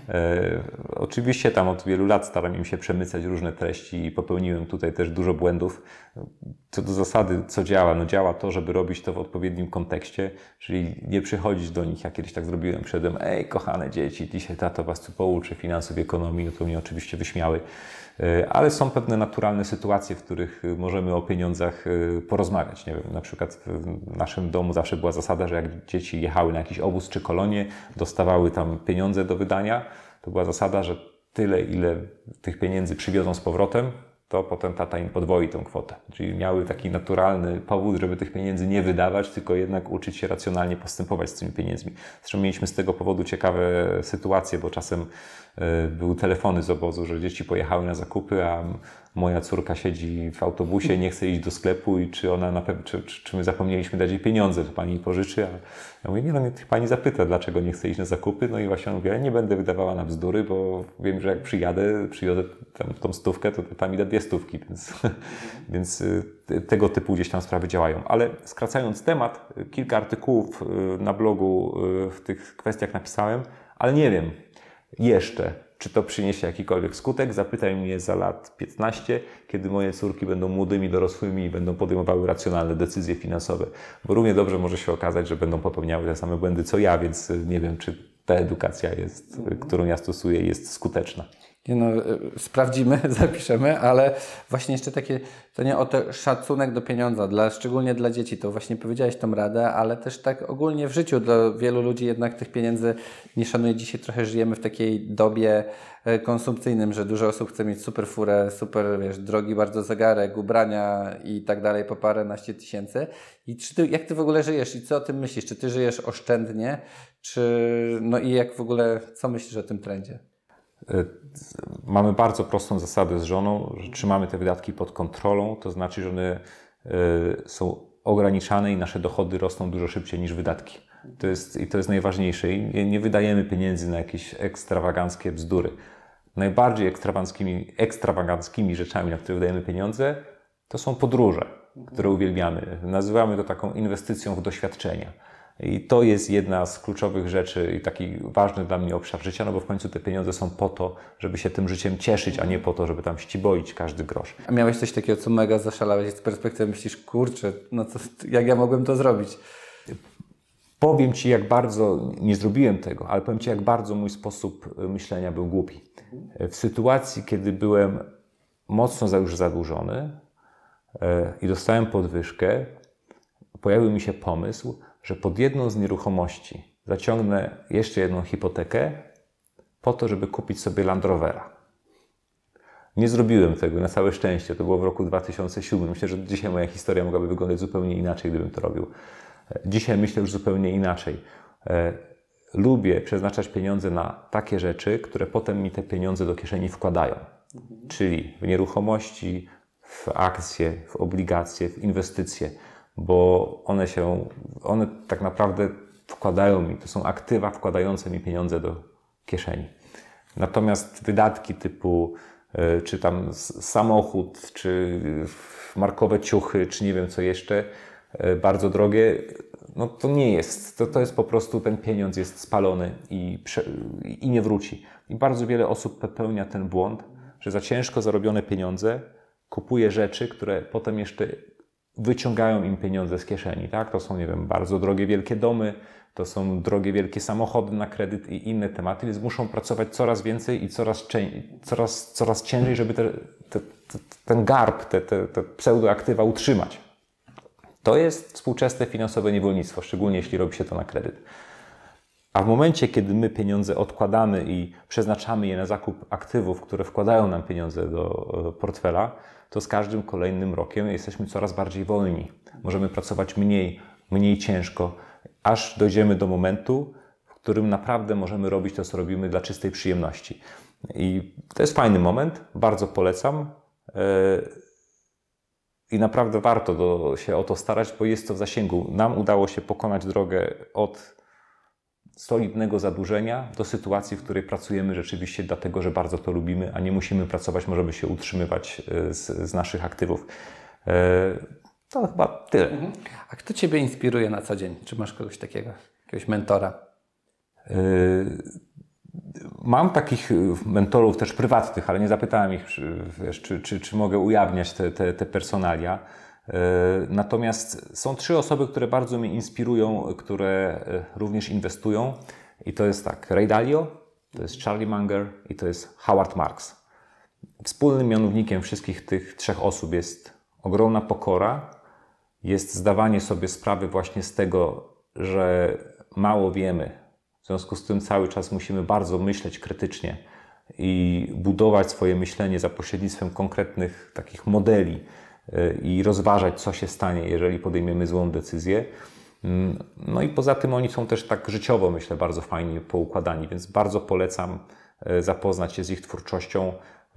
Oczywiście tam od wielu lat staram im się przemycać różne treści i popełniłem tutaj też dużo błędów. Co do zasady, co działa? No działa to, żeby robić to w odpowiednim kontekście, czyli nie przychodzić do nich, ja kiedyś tak zrobiłem przedem, ej kochane dzieci, dzisiaj tato was tu pouczy finansów i ekonomii, no to mnie oczywiście wyśmiały. Ale są pewne naturalne sytuacje, w których możemy o pieniądzach porozmawiać. Nie wiem, na przykład w naszym domu zawsze była zasada, że jak dzieci jechały na jakiś obóz czy kolonię, dostawały tam pieniądze do wydania, to była zasada, że tyle, ile tych pieniędzy przywiozą z powrotem, to potem tata im podwoi tę kwotę. Czyli miały taki naturalny powód, żeby tych pieniędzy nie wydawać, tylko jednak uczyć się racjonalnie postępować z tymi pieniędzmi. Zresztą mieliśmy z tego powodu ciekawe sytuacje, bo czasem były telefony z obozu, że dzieci pojechały na zakupy, a moja córka siedzi w autobusie, nie chce iść do sklepu i czy ona na pewno, czy my zapomnieliśmy dać jej pieniądze, to pani jej pożyczy, a ja mówię, nie no, niech pani zapyta, dlaczego nie chce iść na zakupy, no i właśnie on mówi, ja nie będę wydawała na bzdury, bo wiem, że jak przyjadę tam tą stówkę, to tam mi da 2 stówki, więc tego typu gdzieś tam sprawy działają. Ale skracając temat, kilka artykułów na blogu w tych kwestiach napisałem, ale nie wiem jeszcze, czy to przyniesie jakikolwiek skutek. Zapytaj mnie za lat 15, kiedy moje córki będą młodymi, dorosłymi i będą podejmowały racjonalne decyzje finansowe. Bo równie dobrze może się okazać, że będą popełniały te same błędy co ja, więc nie wiem, czy ta edukacja, którą ja stosuję, jest skuteczna. No, sprawdzimy, zapiszemy, ale właśnie jeszcze takie, to nie o to szacunek do pieniądza, szczególnie dla dzieci, to właśnie powiedziałeś tą radę, ale też tak ogólnie w życiu dla wielu ludzi jednak tych pieniędzy nie szanuje. Dzisiaj trochę żyjemy w takiej dobie konsumpcyjnym, że dużo osób chce mieć super furę, super, drogi bardzo zegarek, ubrania i tak dalej po paręnaście tysięcy. I jak ty w ogóle żyjesz i co o tym myślisz? Czy ty żyjesz oszczędnie? No i jak w ogóle, co myślisz o tym trendzie? Mamy bardzo prostą zasadę z żoną, że trzymamy te wydatki pod kontrolą, to znaczy, że one są ograniczane i nasze dochody rosną dużo szybciej niż wydatki. To jest najważniejsze i nie wydajemy pieniędzy na jakieś ekstrawaganckie bzdury. Najbardziej ekstrawaganckimi rzeczami, na które wydajemy pieniądze, to są podróże, które uwielbiamy. Nazywamy to taką inwestycją w doświadczenia. I to jest jedna z kluczowych rzeczy i taki ważny dla mnie obszar życia, no bo w końcu te pieniądze są po to, żeby się tym życiem cieszyć, a nie po to, żeby tam ściboić każdy grosz. A miałeś coś takiego, co mega zaszalałeś z perspektywy, myślisz, kurczę, no jak ja mogłem to zrobić? Powiem Ci, jak bardzo, nie zrobiłem tego, ale powiem Ci, jak bardzo mój sposób myślenia był głupi. W sytuacji, kiedy byłem mocno już zadłużony i dostałem podwyżkę, pojawił mi się pomysł, że pod jedną z nieruchomości zaciągnę jeszcze jedną hipotekę po to, żeby kupić sobie Land Rovera. Nie zrobiłem tego, na całe szczęście. To było w roku 2007. Myślę, że dzisiaj moja historia mogłaby wyglądać zupełnie inaczej, gdybym to robił. Dzisiaj myślę już zupełnie inaczej. Lubię przeznaczać pieniądze na takie rzeczy, które potem mi te pieniądze do kieszeni wkładają. Czyli w nieruchomości, w akcje, w obligacje, w inwestycje. Bo one tak naprawdę wkładają mi, to są aktywa wkładające mi pieniądze do kieszeni. Natomiast wydatki typu czy tam samochód, czy markowe ciuchy, czy nie wiem co jeszcze, bardzo drogie, no to nie jest. To jest po prostu, ten pieniądz jest spalony i nie wróci. I bardzo wiele osób popełnia ten błąd, że za ciężko zarobione pieniądze kupuje rzeczy, które potem jeszcze wyciągają im pieniądze z kieszeni, tak? To są, nie wiem, bardzo drogie, wielkie domy, to są drogie, wielkie samochody na kredyt i inne tematy, więc muszą pracować coraz więcej i coraz ciężej, żeby ten garb, te pseudoaktywa utrzymać. To jest współczesne finansowe niewolnictwo, szczególnie jeśli robi się to na kredyt. A w momencie, kiedy my pieniądze odkładamy i przeznaczamy je na zakup aktywów, które wkładają nam pieniądze do portfela, to z każdym kolejnym rokiem jesteśmy coraz bardziej wolni. Możemy pracować mniej ciężko, aż dojdziemy do momentu, w którym naprawdę możemy robić to, co robimy dla czystej przyjemności. I to jest fajny moment, bardzo polecam. I naprawdę warto się o to starać, bo jest to w zasięgu. Nam udało się pokonać drogę od solidnego zadłużenia do sytuacji, w której pracujemy rzeczywiście dlatego, że bardzo to lubimy, a nie musimy pracować, możemy się utrzymywać z naszych aktywów. To chyba tyle. A kto Ciebie inspiruje na co dzień? Czy masz kogoś takiego, jakiegoś mentora? Mam takich mentorów też prywatnych, ale nie zapytałem ich, czy mogę ujawniać te personalia. Natomiast są 3 osoby, które bardzo mnie inspirują, które również inwestują. I to jest tak, Ray Dalio, to jest Charlie Munger i to jest Howard Marks. Wspólnym mianownikiem wszystkich tych 3 osób jest ogromna pokora, jest zdawanie sobie sprawy właśnie z tego, że mało wiemy. W związku z tym cały czas musimy bardzo myśleć krytycznie i budować swoje myślenie za pośrednictwem konkretnych takich modeli i rozważać, co się stanie, jeżeli podejmiemy złą decyzję. No i poza tym oni są też tak życiowo, myślę, bardzo fajnie poukładani, więc bardzo polecam zapoznać się z ich twórczością.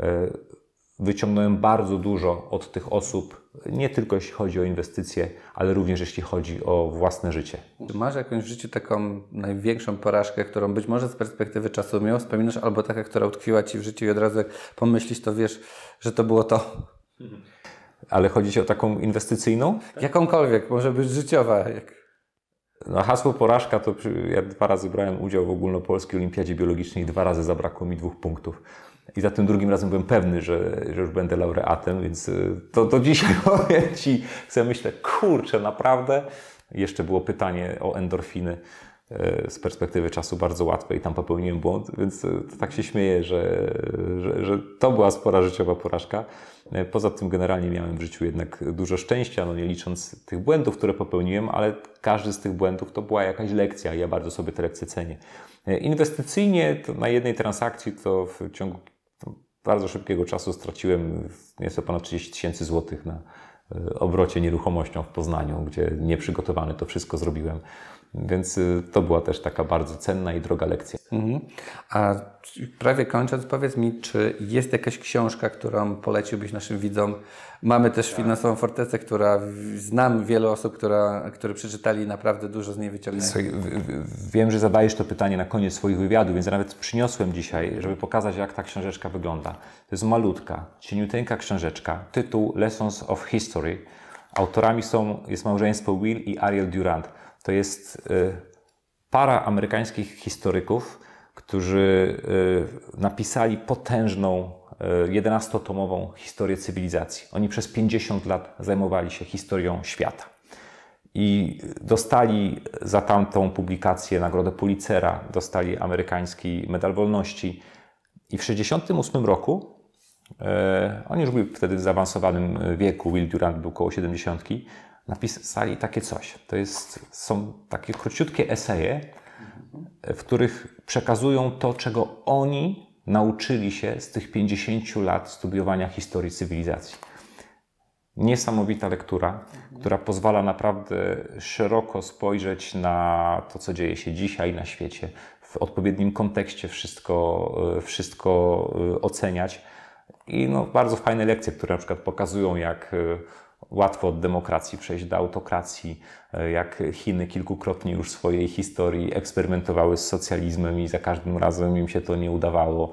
Wyciągnąłem bardzo dużo od tych osób, nie tylko jeśli chodzi o inwestycje, ale również jeśli chodzi o własne życie. Czy masz jakąś w życiu taką największą porażkę, którą być może z perspektywy czasu miło wspominasz, albo taka, która utkwiła Ci w życiu i od razu jak pomyślisz, to wiesz, że to było to? Ale chodzi Ci o taką inwestycyjną? Jakąkolwiek, może być życiowa. No, hasło porażka to ja 2 razy brałem udział w ogólnopolskiej olimpiadzie biologicznej i 2 razy zabrakło mi 2 punktów. I za tym drugim razem byłem pewny, że już będę laureatem, więc to dzisiaj powiem Ci, myślę, kurczę, naprawdę. Jeszcze było pytanie o endorfiny. Z perspektywy czasu bardzo łatwe i tam popełniłem błąd, więc tak się śmieję, że to była spora życiowa porażka. Poza tym generalnie miałem w życiu jednak dużo szczęścia, no nie licząc tych błędów, które popełniłem, ale każdy z tych błędów to była jakaś lekcja i ja bardzo sobie te lekcje cenię. Inwestycyjnie to na jednej transakcji to w ciągu bardzo szybkiego czasu straciłem nieco ponad 30 000 złotych na obrocie nieruchomością w Poznaniu, gdzie nieprzygotowany to wszystko zrobiłem. Więc to była też taka bardzo cenna i droga lekcja. A prawie kończąc, powiedz mi, czy jest jakaś książka, którą poleciłbyś naszym widzom? Mamy też Finansową Fortecę, która znam wiele osób, które przeczytali i naprawdę dużo z niej wyciągnęli. Wiem, że zadajesz to pytanie na koniec swoich wywiadów, więc nawet przyniosłem dzisiaj, żeby pokazać, jak ta książeczka wygląda. To jest malutka, cieniuteńka książeczka, tytuł Lessons of History. Autorami jest małżeństwo Will i Ariel Durant. To jest para amerykańskich historyków, którzy napisali potężną, 11-tomową historię cywilizacji. Oni przez 50 lat zajmowali się historią świata. I dostali za tamtą publikację nagrodę Pulitzera, dostali amerykański Medal Wolności. I w 1968 roku, oni już byli wtedy w zaawansowanym wieku, Will Durant był około 70, napisali takie coś. Są takie króciutkie eseje, w których przekazują to, czego oni nauczyli się z tych 50 lat studiowania historii cywilizacji. Niesamowita lektura, która pozwala naprawdę szeroko spojrzeć na to, co dzieje się dzisiaj na świecie, w odpowiednim kontekście wszystko oceniać. I bardzo fajne lekcje, które na przykład pokazują, jak łatwo od demokracji przejść do autokracji, jak Chiny kilkukrotnie już w swojej historii eksperymentowały z socjalizmem i za każdym razem im się to nie udawało.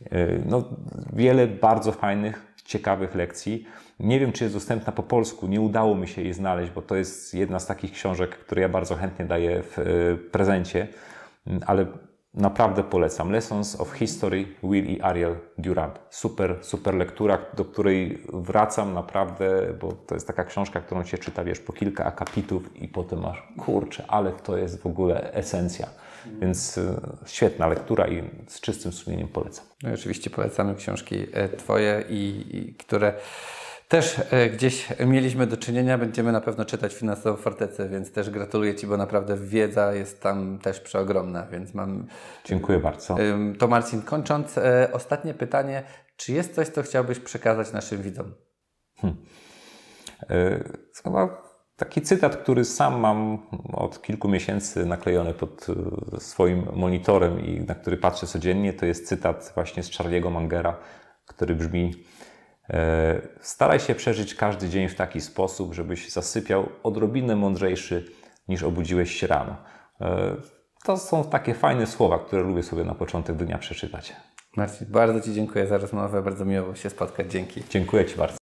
Wiele bardzo fajnych, ciekawych lekcji. Nie wiem, czy jest dostępna po polsku, nie udało mi się jej znaleźć, bo to jest jedna z takich książek, które ja bardzo chętnie daję w prezencie, ale naprawdę polecam. Lessons of History, Will i Ariel Durant. Super lektura, do której wracam naprawdę, bo to jest taka książka, którą się czyta, po kilka akapitów i potem masz, kurczę, ale to jest w ogóle esencja. Więc świetna lektura i z czystym sumieniem polecam. No i oczywiście polecamy książki Twoje i które też gdzieś mieliśmy do czynienia. Będziemy na pewno czytać Finansową Fortecę, więc też gratuluję Ci, bo naprawdę wiedza jest tam też przeogromna, więc mam... Dziękuję bardzo. To Marcin, kończąc, ostatnie pytanie. Czy jest coś, co chciałbyś przekazać naszym widzom? Chyba taki cytat, który sam mam od kilku miesięcy naklejony pod swoim monitorem i na który patrzę codziennie, to jest cytat właśnie z Charlie'ego Mangera, który brzmi: staraj się przeżyć każdy dzień w taki sposób, żebyś zasypiał odrobinę mądrzejszy niż obudziłeś się rano. To są takie fajne słowa, które lubię sobie na początek dnia przeczytać. Marcin, bardzo Ci dziękuję za rozmowę, bardzo miło się spotkać. Dzięki. Dziękuję Ci bardzo.